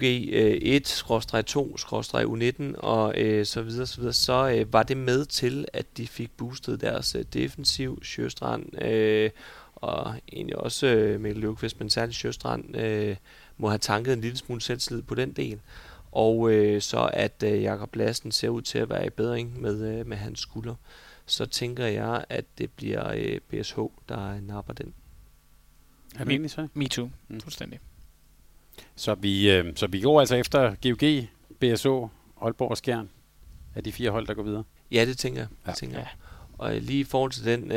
[SPEAKER 3] 1/2/U19 og så videre, så var det med til, at de fik boostet deres defensiv. Sjøstrand og egentlig også Mikkel Løvqvist, men særligt Sjøstrand må have tanket en lille smule selvtillid på den del. Og så at Jakob Lassen ser ud til at være i bedring med hans skulder. Så tænker jeg, at det bliver BSH, der napper den.
[SPEAKER 2] Er du enig så?
[SPEAKER 4] Me too. Fuldstændig.
[SPEAKER 2] Så vi går altså efter GOG, BSO, Aalborg og Skjern af de 4 hold, der går videre?
[SPEAKER 3] Ja, det tænker jeg. Og lige i forhold til den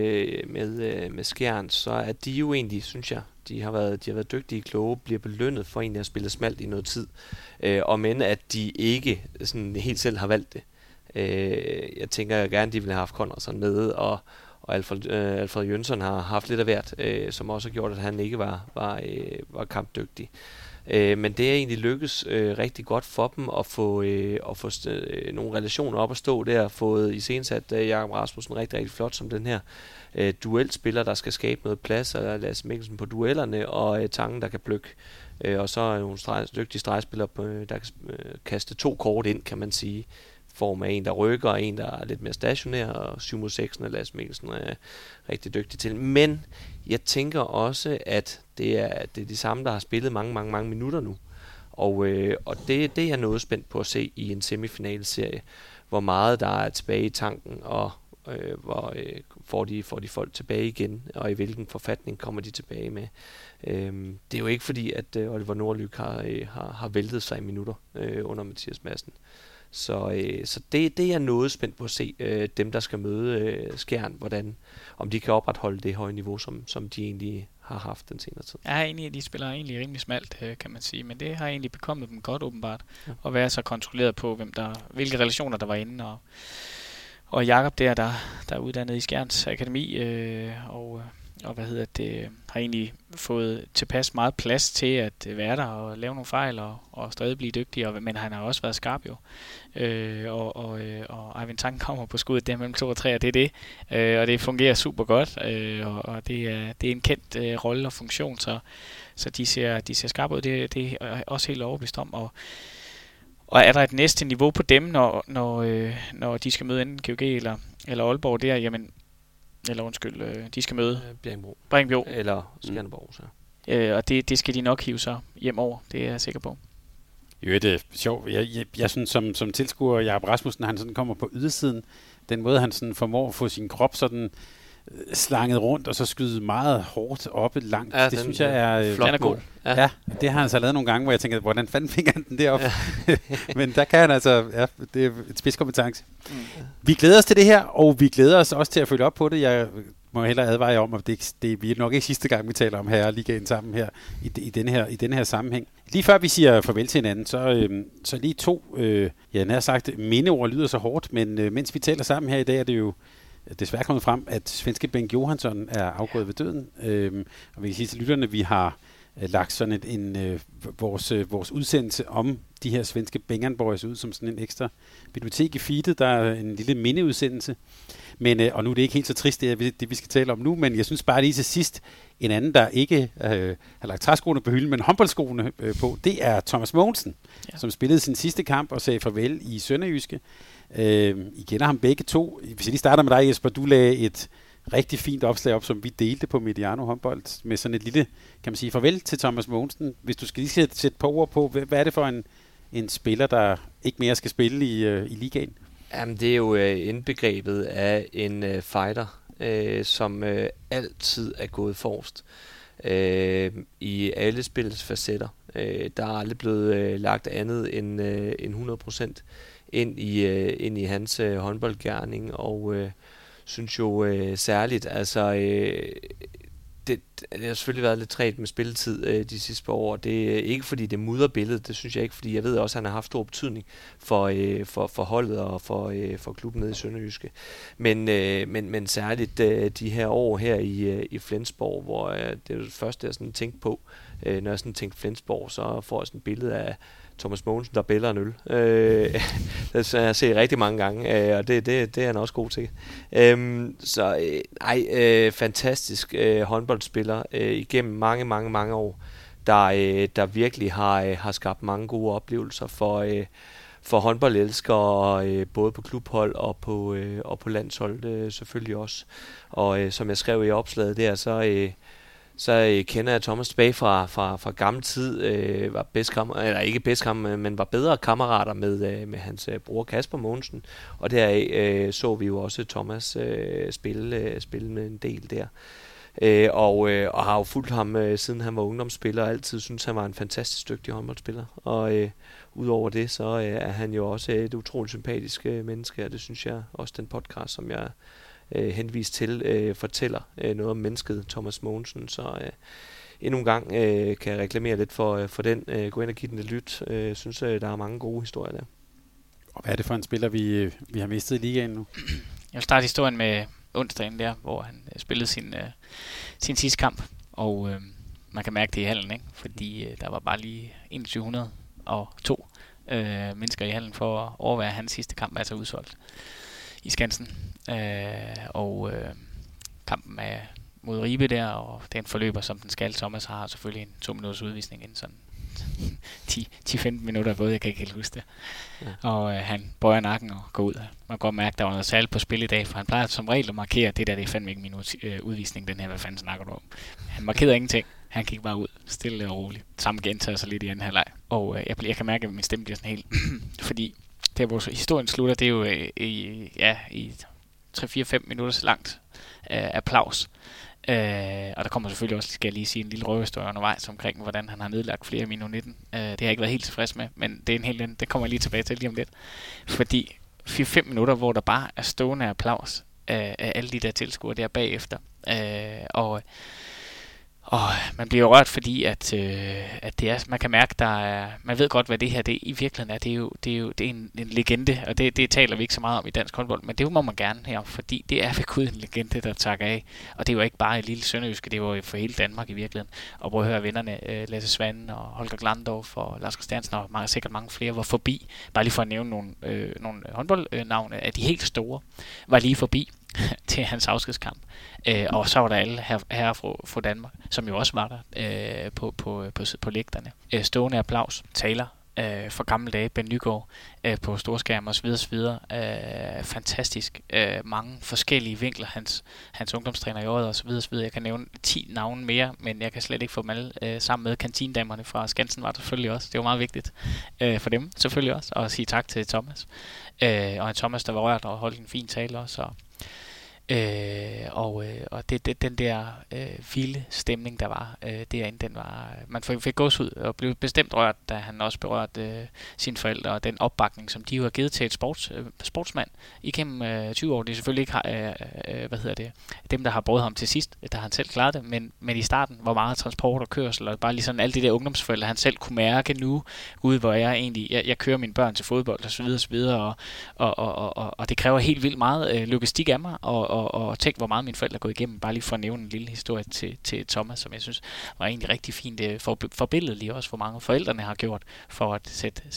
[SPEAKER 3] med Skjern, så er de jo egentlig, synes jeg, de har været dygtige, kloge, bliver belønnet for egentlig at spille smalt i noget tid. Og men at de ikke sådan helt selv har valgt det. Jeg tænker gerne, de ville have haft Conradsen med, og Alfred Jønsson har haft lidt af hvert, som også har gjort, at han ikke var kampdygtig. Men det er egentlig lykkes rigtig godt for dem at få nogle relationer op at stå der, fået iscenesat Jakob Rasmussen rigtig, rigtig flot som den her duelspiller, der skal skabe noget plads, og Lasse Mikkelsen på duellerne, og Tangen, der kan plukke. Og så er nogle dygtige stregspillere, der kan kaste 2 kort ind, kan man sige. Form af en, der rykker, og en, der er lidt mere stationær, og 7/6 og Lasse Mikkelsen er rigtig dygtig til. Men jeg tænker også, at det er de samme, der har spillet mange minutter nu. Og det er jeg noget spændt på at se i en semifinalserie, hvor meget der er tilbage i tanken, og hvor får de folk tilbage igen, og i hvilken forfatning kommer de tilbage med. Det er jo ikke fordi, at Oliver Nordlyk har væltet sig i minutter under Mathias Madsen. Så det er jeg noget spændt på at se, dem der skal møde Skjern, om de kan opretholde det høje niveau, som de egentlig har haft den senere tid.
[SPEAKER 4] Ja, egentlig, de spiller egentlig rimelig smalt, kan man sige, men det har egentlig bekommet dem godt åbenbart, at være så kontrolleret på, hvilke relationer der var inde, og Jakob der er uddannet i Skjerns Akademi, og har egentlig fået tilpas meget plads til at være der og lave nogle fejl og stadig blive dygtig, men han har også været skarp jo. Og Eivind Tangen kommer på skuddet der mellem 2 og 3, og det er det. Og det fungerer super godt, og det er en kendt rolle og funktion, så de ser skarpe ud. Det er også helt overbevist om. Og er der et næste niveau på dem, når de skal møde enten GOG eller Aalborg der, jamen de skal møde Bjerringbro.
[SPEAKER 3] Eller Skanderborg, så.
[SPEAKER 4] Og det skal de nok hive sig hjem over, det er jeg sikker på.
[SPEAKER 2] Jo, det er sjovt. Jeg synes, som tilskuer, Jakob Rasmussen, han sådan kommer på ydersiden. Den måde, han sådan formår at få sin krop sådan slanget rundt, og så skyde meget hårdt oppe langt.
[SPEAKER 3] Ja,
[SPEAKER 2] det synes jeg er
[SPEAKER 4] flot mål.
[SPEAKER 2] Ja, det har han så lavet nogle gange, hvor jeg tænker, hvordan fanden fik han den deroppe? Men der kan han altså, det er et spidskompetence. Vi glæder os til det her, og vi glæder os også til at følge op på det. Jeg må jeg hellere advare jer om, at vi er nok ikke sidste gang, vi taler om herreligaen sammen her i denne her sammenhæng. Lige før vi siger farvel til hinanden, så lige to, jeg har sagt, mindeord lyder så hårdt, men mens vi taler sammen her i dag, er det jo desværre kommet frem, at svenske Bengt Johansson er afgået ved døden. Og vi kan sige til lytterne, vi har lagt sådan vores udsendelse om de her svenske Bengan Boys ud som sådan en ekstra bibliotek i feedet. Der er en lille mindeudsendelse. Men, og nu er det ikke helt så trist, det vi skal tale om nu, men jeg synes bare lige til sidst, en anden, der ikke har lagt træskoene på hylden, men håndboldskoene på, det er Thomas Mogensen, som spillede sin sidste kamp og sagde farvel i Sønderjyske. I kender ham begge to. Hvis jeg lige starter med dig, Jesper, du lagde et rigtig fint opslag op, som vi delte på Mediano Håndbold, med sådan et lille, kan man sige, farvel til Thomas Mogensen. Hvis du skal lige sætte et par ord på, hvad er det for en spiller, der ikke mere skal spille i ligaen?
[SPEAKER 3] Jamen, det er jo indbegrebet af en fighter, som altid er gået forrest i alle spillets facetter. Der er aldrig blevet lagt andet end 100% ind i hans håndboldgerning, og synes jo særligt, altså det har selvfølgelig været lidt træt med spilletid de sidste par år. Det er ikke fordi det mudrer billedet, det synes jeg ikke, fordi jeg ved også, at han har haft stor betydning for holdet og for klubben nede i Sønderjyske. Men særligt de her år her i Flensborg, hvor det er det første, jeg sådan tænkte på, når jeg sådan tænkte Flensborg, så får jeg sådan et billede af Thomas Mogensen, der bæller en øl. Det har jeg set rigtig mange gange, og det er han også god til. Fantastisk håndboldspiller igennem mange år, der virkelig har skabt mange gode oplevelser for håndboldelskere, både på klubhold og på landshold selvfølgelig også. Og som jeg skrev i opslaget der, så kender jeg Thomas tilbage fra gammel tid, men var bedre kammerater med hans bror Kasper Mogensen, og deraf så vi jo også Thomas spille med en del der. Og har jo fulgt ham siden han var ungdomsspiller, og altid synes han var en fantastisk dygtig håndboldspiller. Og udover det, så er han jo også et utroligt sympatisk menneske, og det synes jeg også den podcast, som jeg henvist til, fortæller noget om mennesket Thomas Mogensen. Så endnu en gang kan jeg reklamere lidt for den. Gå ind og give den et lyt. Synes, der er mange gode historier der.
[SPEAKER 2] Og hvad er det for en spiller, vi har mistet i ligaen nu?
[SPEAKER 4] Jeg vil starte historien med onsdagen der, hvor han spillede sin sidste kamp, og man kan mærke det i hallen, ikke? Fordi der var bare lige 2102 mennesker i hallen for at overvære hans sidste kamp, altså udsolgt i Skansen. Kampen er mod Ribe der, og den forløber, som den skal. Thomas har selvfølgelig en 2 minutters udvisning inden sådan 10-15 minutter både, jeg kan ikke helt huske det. Ja. Og han bøjer nakken og går ud. Man kan godt mærke, at der var noget særligt på spil i dag, for han plejer som regel at markere, det der, det er fandme ikke min udvisning, den her, hvad fanden snakker du om? Han markerede ingenting. Han gik bare ud, stille og roligt. Samme gentager sig lidt i anden halvleg. Og jeg kan mærke, at min stemme bliver sådan helt, fordi der hvor historien slutter, det er jo i 3-4-5 minutters langt applaus. Og der kommer selvfølgelig også, skal jeg lige sige, en lille røverhistorie undervejs omkring, hvordan han har nedlagt flere Mino 19. Det har jeg ikke været helt tilfreds med, men det er en helt anden, det kommer jeg lige tilbage til lige om lidt. Fordi 4-5 minutter, hvor der bare er stående applaus af alle de der tilskuere der bagefter. Og man bliver rørt, fordi at det er, man kan mærke, man ved godt, hvad det her det i virkeligheden er. Det er en legende, og det taler vi ikke så meget om i dansk håndbold, men det må man gerne her, fordi det er ved Gud en legende, der takker af. Og det er jo ikke bare et lille Sønderjyske, det er jo for hele Danmark i virkeligheden. Og prøv at høre vennerne, Lasse Svanden og Holger Glandorf og Lars Christiansen og sikkert mange flere var forbi. Bare lige for at nævne nogle håndboldnavne af de helt store, var lige forbi til hans afskedskamp. Og så var der alle herrer fra Danmark, som jo også var der på lægterne. Stående applaus, taler for gamle dage, Ben Nygaard på storskærm og så videre. Fantastisk. Mange forskellige vinkler, hans ungdomstræner i året og så videre. Jeg kan nævne 10 navne mere, men jeg kan slet ikke få dem alle sammen med. Kantinedamerne fra Skansen var der selvfølgelig også. Det var meget vigtigt for dem selvfølgelig også, og sige tak til Thomas. Og en Thomas, der var rørt og holdt en fin tale også. Og den der vilde stemning, der var derinde, den var, man fik gåsehud og blev bestemt rørt, da han også berørte sine forældre, og den opbakning, som de jo har givet til et sportsmand igennem 20 år. Det er selvfølgelig ikke dem, der har båret ham til sidst, der har han selv klaret det, men i starten, hvor meget transport og kørsel, og bare lige sådan alle de der ungdomsforældre, han selv kunne mærke nu, gud, hvor jeg kører mine børn til fodbold, og så videre, og det kræver helt vildt meget logistik af mig, og tænk, hvor meget mine forældre er gået igennem, bare lige for at nævne en lille historie til Thomas, som jeg synes var egentlig rigtig fint forbilledeligt også, hvor mange forældrene har gjort for at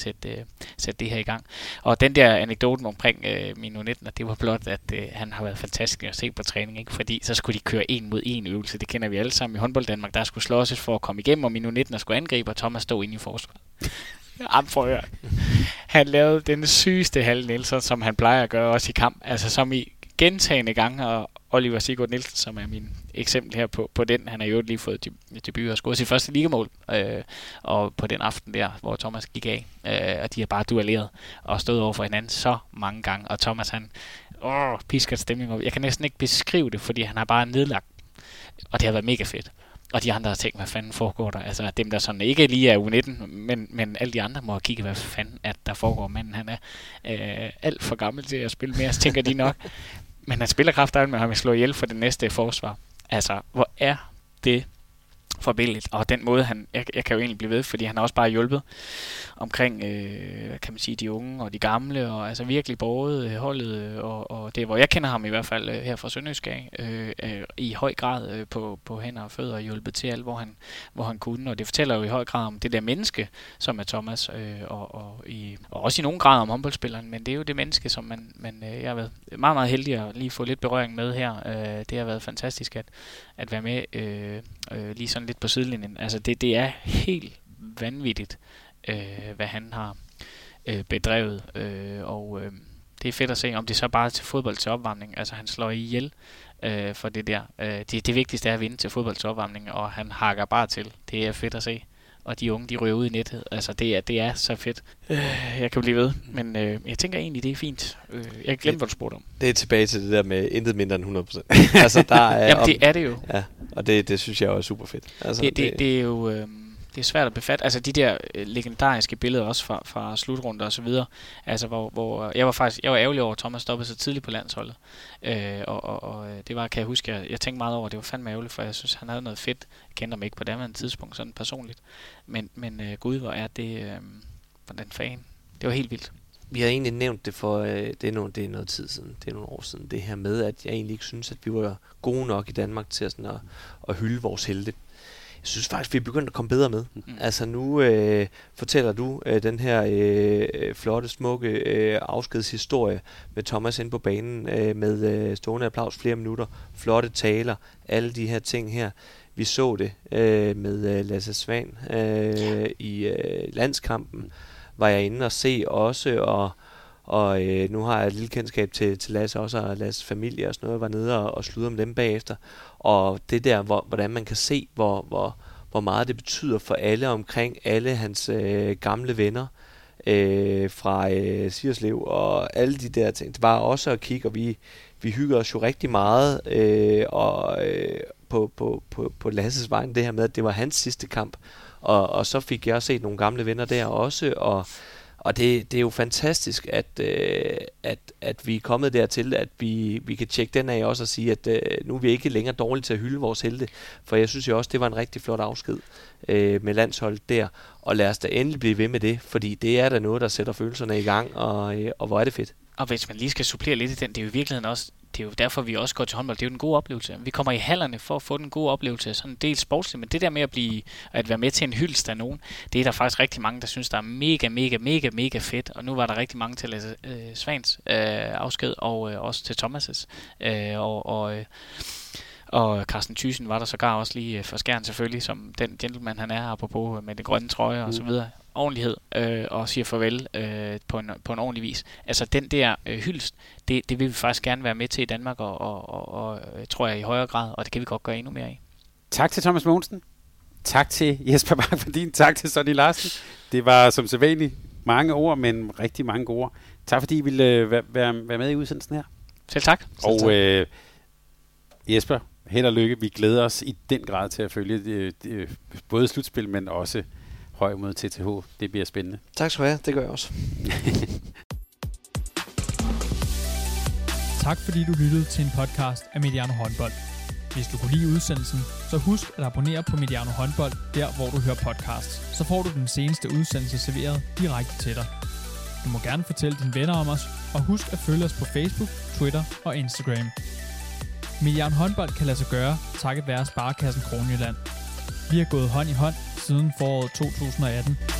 [SPEAKER 4] sætte det her i gang. Og den der anekdoten omkring min U19, det var blot, at han har været fantastisk at se på træning, ikke? Fordi så skulle de køre 1 mod 1 øvelse, det kender vi alle sammen i håndbold Danmark, der skulle slås for at komme igennem, og min U19 skulle angribe, og Thomas stod inde i forsvaret. Han lavede den sygeste Halle Nielsen, som han plejer at gøre også i kamp, altså som i gentagende gange, og Oliver Sigurd Nielsen, som er min eksempel her på den, han har jo lige fået debut og scoret sit første ligamål, og på den aften der, hvor Thomas gik af, og de har bare duelleret og stået over for hinanden så mange gange, og Thomas han pisker stemning op. Jeg kan næsten ikke beskrive det, fordi han har bare nedlagt, og det har været mega fedt. Og de andre har tænkt, hvad fanden foregår der? Altså dem, der sådan ikke lige er U19, men alle de andre må kigge, hvad fanden at der foregår. Manden, han er alt for gammel til at spille mere, så tænker de nok. Men han spiller kraftedeme med ham at slå ihjel for det næste forsvar. Altså, hvor er det forbilledeligt? Og den måde, jeg kan jo egentlig blive ved, fordi han har også bare hjulpet omkring, kan man sige, de unge og de gamle, og altså virkelig båret holdet, og det, hvor jeg kender ham i hvert fald her fra Sønderjysk i høj grad på hænder og fødder, hjulpet til alt, hvor han kunne, og det fortæller jo i høj grad om det der menneske, som er Thomas, og også i nogen grad om håndboldspilleren, men det er jo det menneske, som jeg har været meget, meget heldig at lige få lidt berøring med her. Det har været fantastisk at være med lige sådan lidt på sidelinjen. Altså det er helt vanvittigt, hvad han har bedrevet, og det er fedt at se, om det så bare er til fodbold til opvarmning. Altså han slår ihjel for det der. Det vigtigste er at vinde til fodbold til opvarmning, og han hakker bare til. Det er fedt at se. Og de unge, de ryger ud i nettet. Altså det er så fedt. Jeg kan blive ved, men jeg tænker egentlig, det er fint. Jeg glemte, hvad du spurgte om.
[SPEAKER 3] Det er tilbage til det der med intet mindre end 100%. Altså der er
[SPEAKER 4] jamen det er det jo.
[SPEAKER 3] Ja, og det synes jeg er super fedt. Altså,
[SPEAKER 4] det er jo... Det er svært at befatte. Altså de der legendariske billeder også fra slutrunder og så videre. Altså hvor jeg var ærgerlig over, at Thomas stoppede så tidligt på landsholdet. Og det var, kan jeg huske, jeg tænkte meget over, det var fandme ærgerligt, for jeg synes, han havde noget fedt. Jeg kendte ham ikke på det tidspunkt, sådan personligt. Men gud, hvor er det for den fan. Det var helt vildt.
[SPEAKER 3] Vi har egentlig nævnt det for, det er noget tid siden, det er nogle år siden, det her med, at jeg egentlig ikke synes, at vi var gode nok i Danmark til at hylde vores helte. Jeg synes faktisk, vi er begyndt at komme bedre med. Altså nu fortæller du den her flotte, smukke afskedshistorie med Thomas inde på banen med stående applaus flere minutter, flotte taler, alle de her ting her. Vi så det med Lasse Svahn i landskampen, var jeg inde og se også, og nu har jeg et lille kendskab til Lasse også, og Lasses familie og sådan noget. Jeg var nede og sludre med dem bagefter. Og det der, hvordan man kan se, hvor meget det betyder for alle omkring alle hans gamle venner fra Sierslev og alle de der ting. Det var også at kigge, og vi hygger os jo rigtig meget på Lasses vejen, det her med, at det var hans sidste kamp. Og så fik jeg set nogle gamle venner der også, og det er jo fantastisk, at vi er kommet dertil, at vi kan tjekke den af også og sige, at nu er vi ikke længere dårlige til at hylde vores helte. For jeg synes jo også, det var en rigtig flot afsked med landsholdet der. Og lad os da endelig blive ved med det, fordi det er da noget, der sætter følelserne i gang, og hvor er det fedt.
[SPEAKER 4] Og hvis man lige skal supplere lidt i den, det er jo i virkeligheden også, det er jo derfor, vi også går til håndbold. Det er jo den gode oplevelse. Vi kommer i hallerne for at få den gode oplevelse, sådan en del sportsligt, men det der med at være med til en hyldest af nogen, det er der faktisk rigtig mange, der synes, der er mega fedt. Og nu var der rigtig mange til Lasse Svahns afsked, og også til Thomas' og Carsten Thyssen var der sågar også lige for Skjern selvfølgelig, som den gentleman han er, apropos med den grønne trøje og så videre. Ordentlighed og siger farvel på en ordentlig vis. Altså den der hyldest, det vil vi faktisk gerne være med til i Danmark, og tror jeg i højere grad, og det kan vi godt gøre endnu mere af.
[SPEAKER 2] Tak til Thomas Mogensen. Tak til Jesper Bak for din. Tak til Sonny Larsen. Det var som sædvanligt mange ord, men rigtig mange gode ord. Tak fordi I ville være med i udsendelsen her.
[SPEAKER 4] Selv tak.
[SPEAKER 2] Og Jesper, held og lykke. Vi glæder os i den grad til at følge både slutspil, men også Høj mod TTH. Det bliver spændende.
[SPEAKER 3] Tak skal du have. Det gør jeg også.
[SPEAKER 1] Tak fordi du lyttede til en podcast af Mediano Håndbold. Hvis du kunne lide udsendelsen, så husk at abonnere på Mediano Håndbold, der hvor du hører podcasts. Så får du den seneste udsendelse serveret direkte til dig. Du må gerne fortælle dine venner om os, og husk at følge os på Facebook, Twitter og Instagram. Mediano Håndbold kan lade sig gøre, takket være Sparekassen Kronjylland. Vi har gået hånd i hånd siden foråret 2018.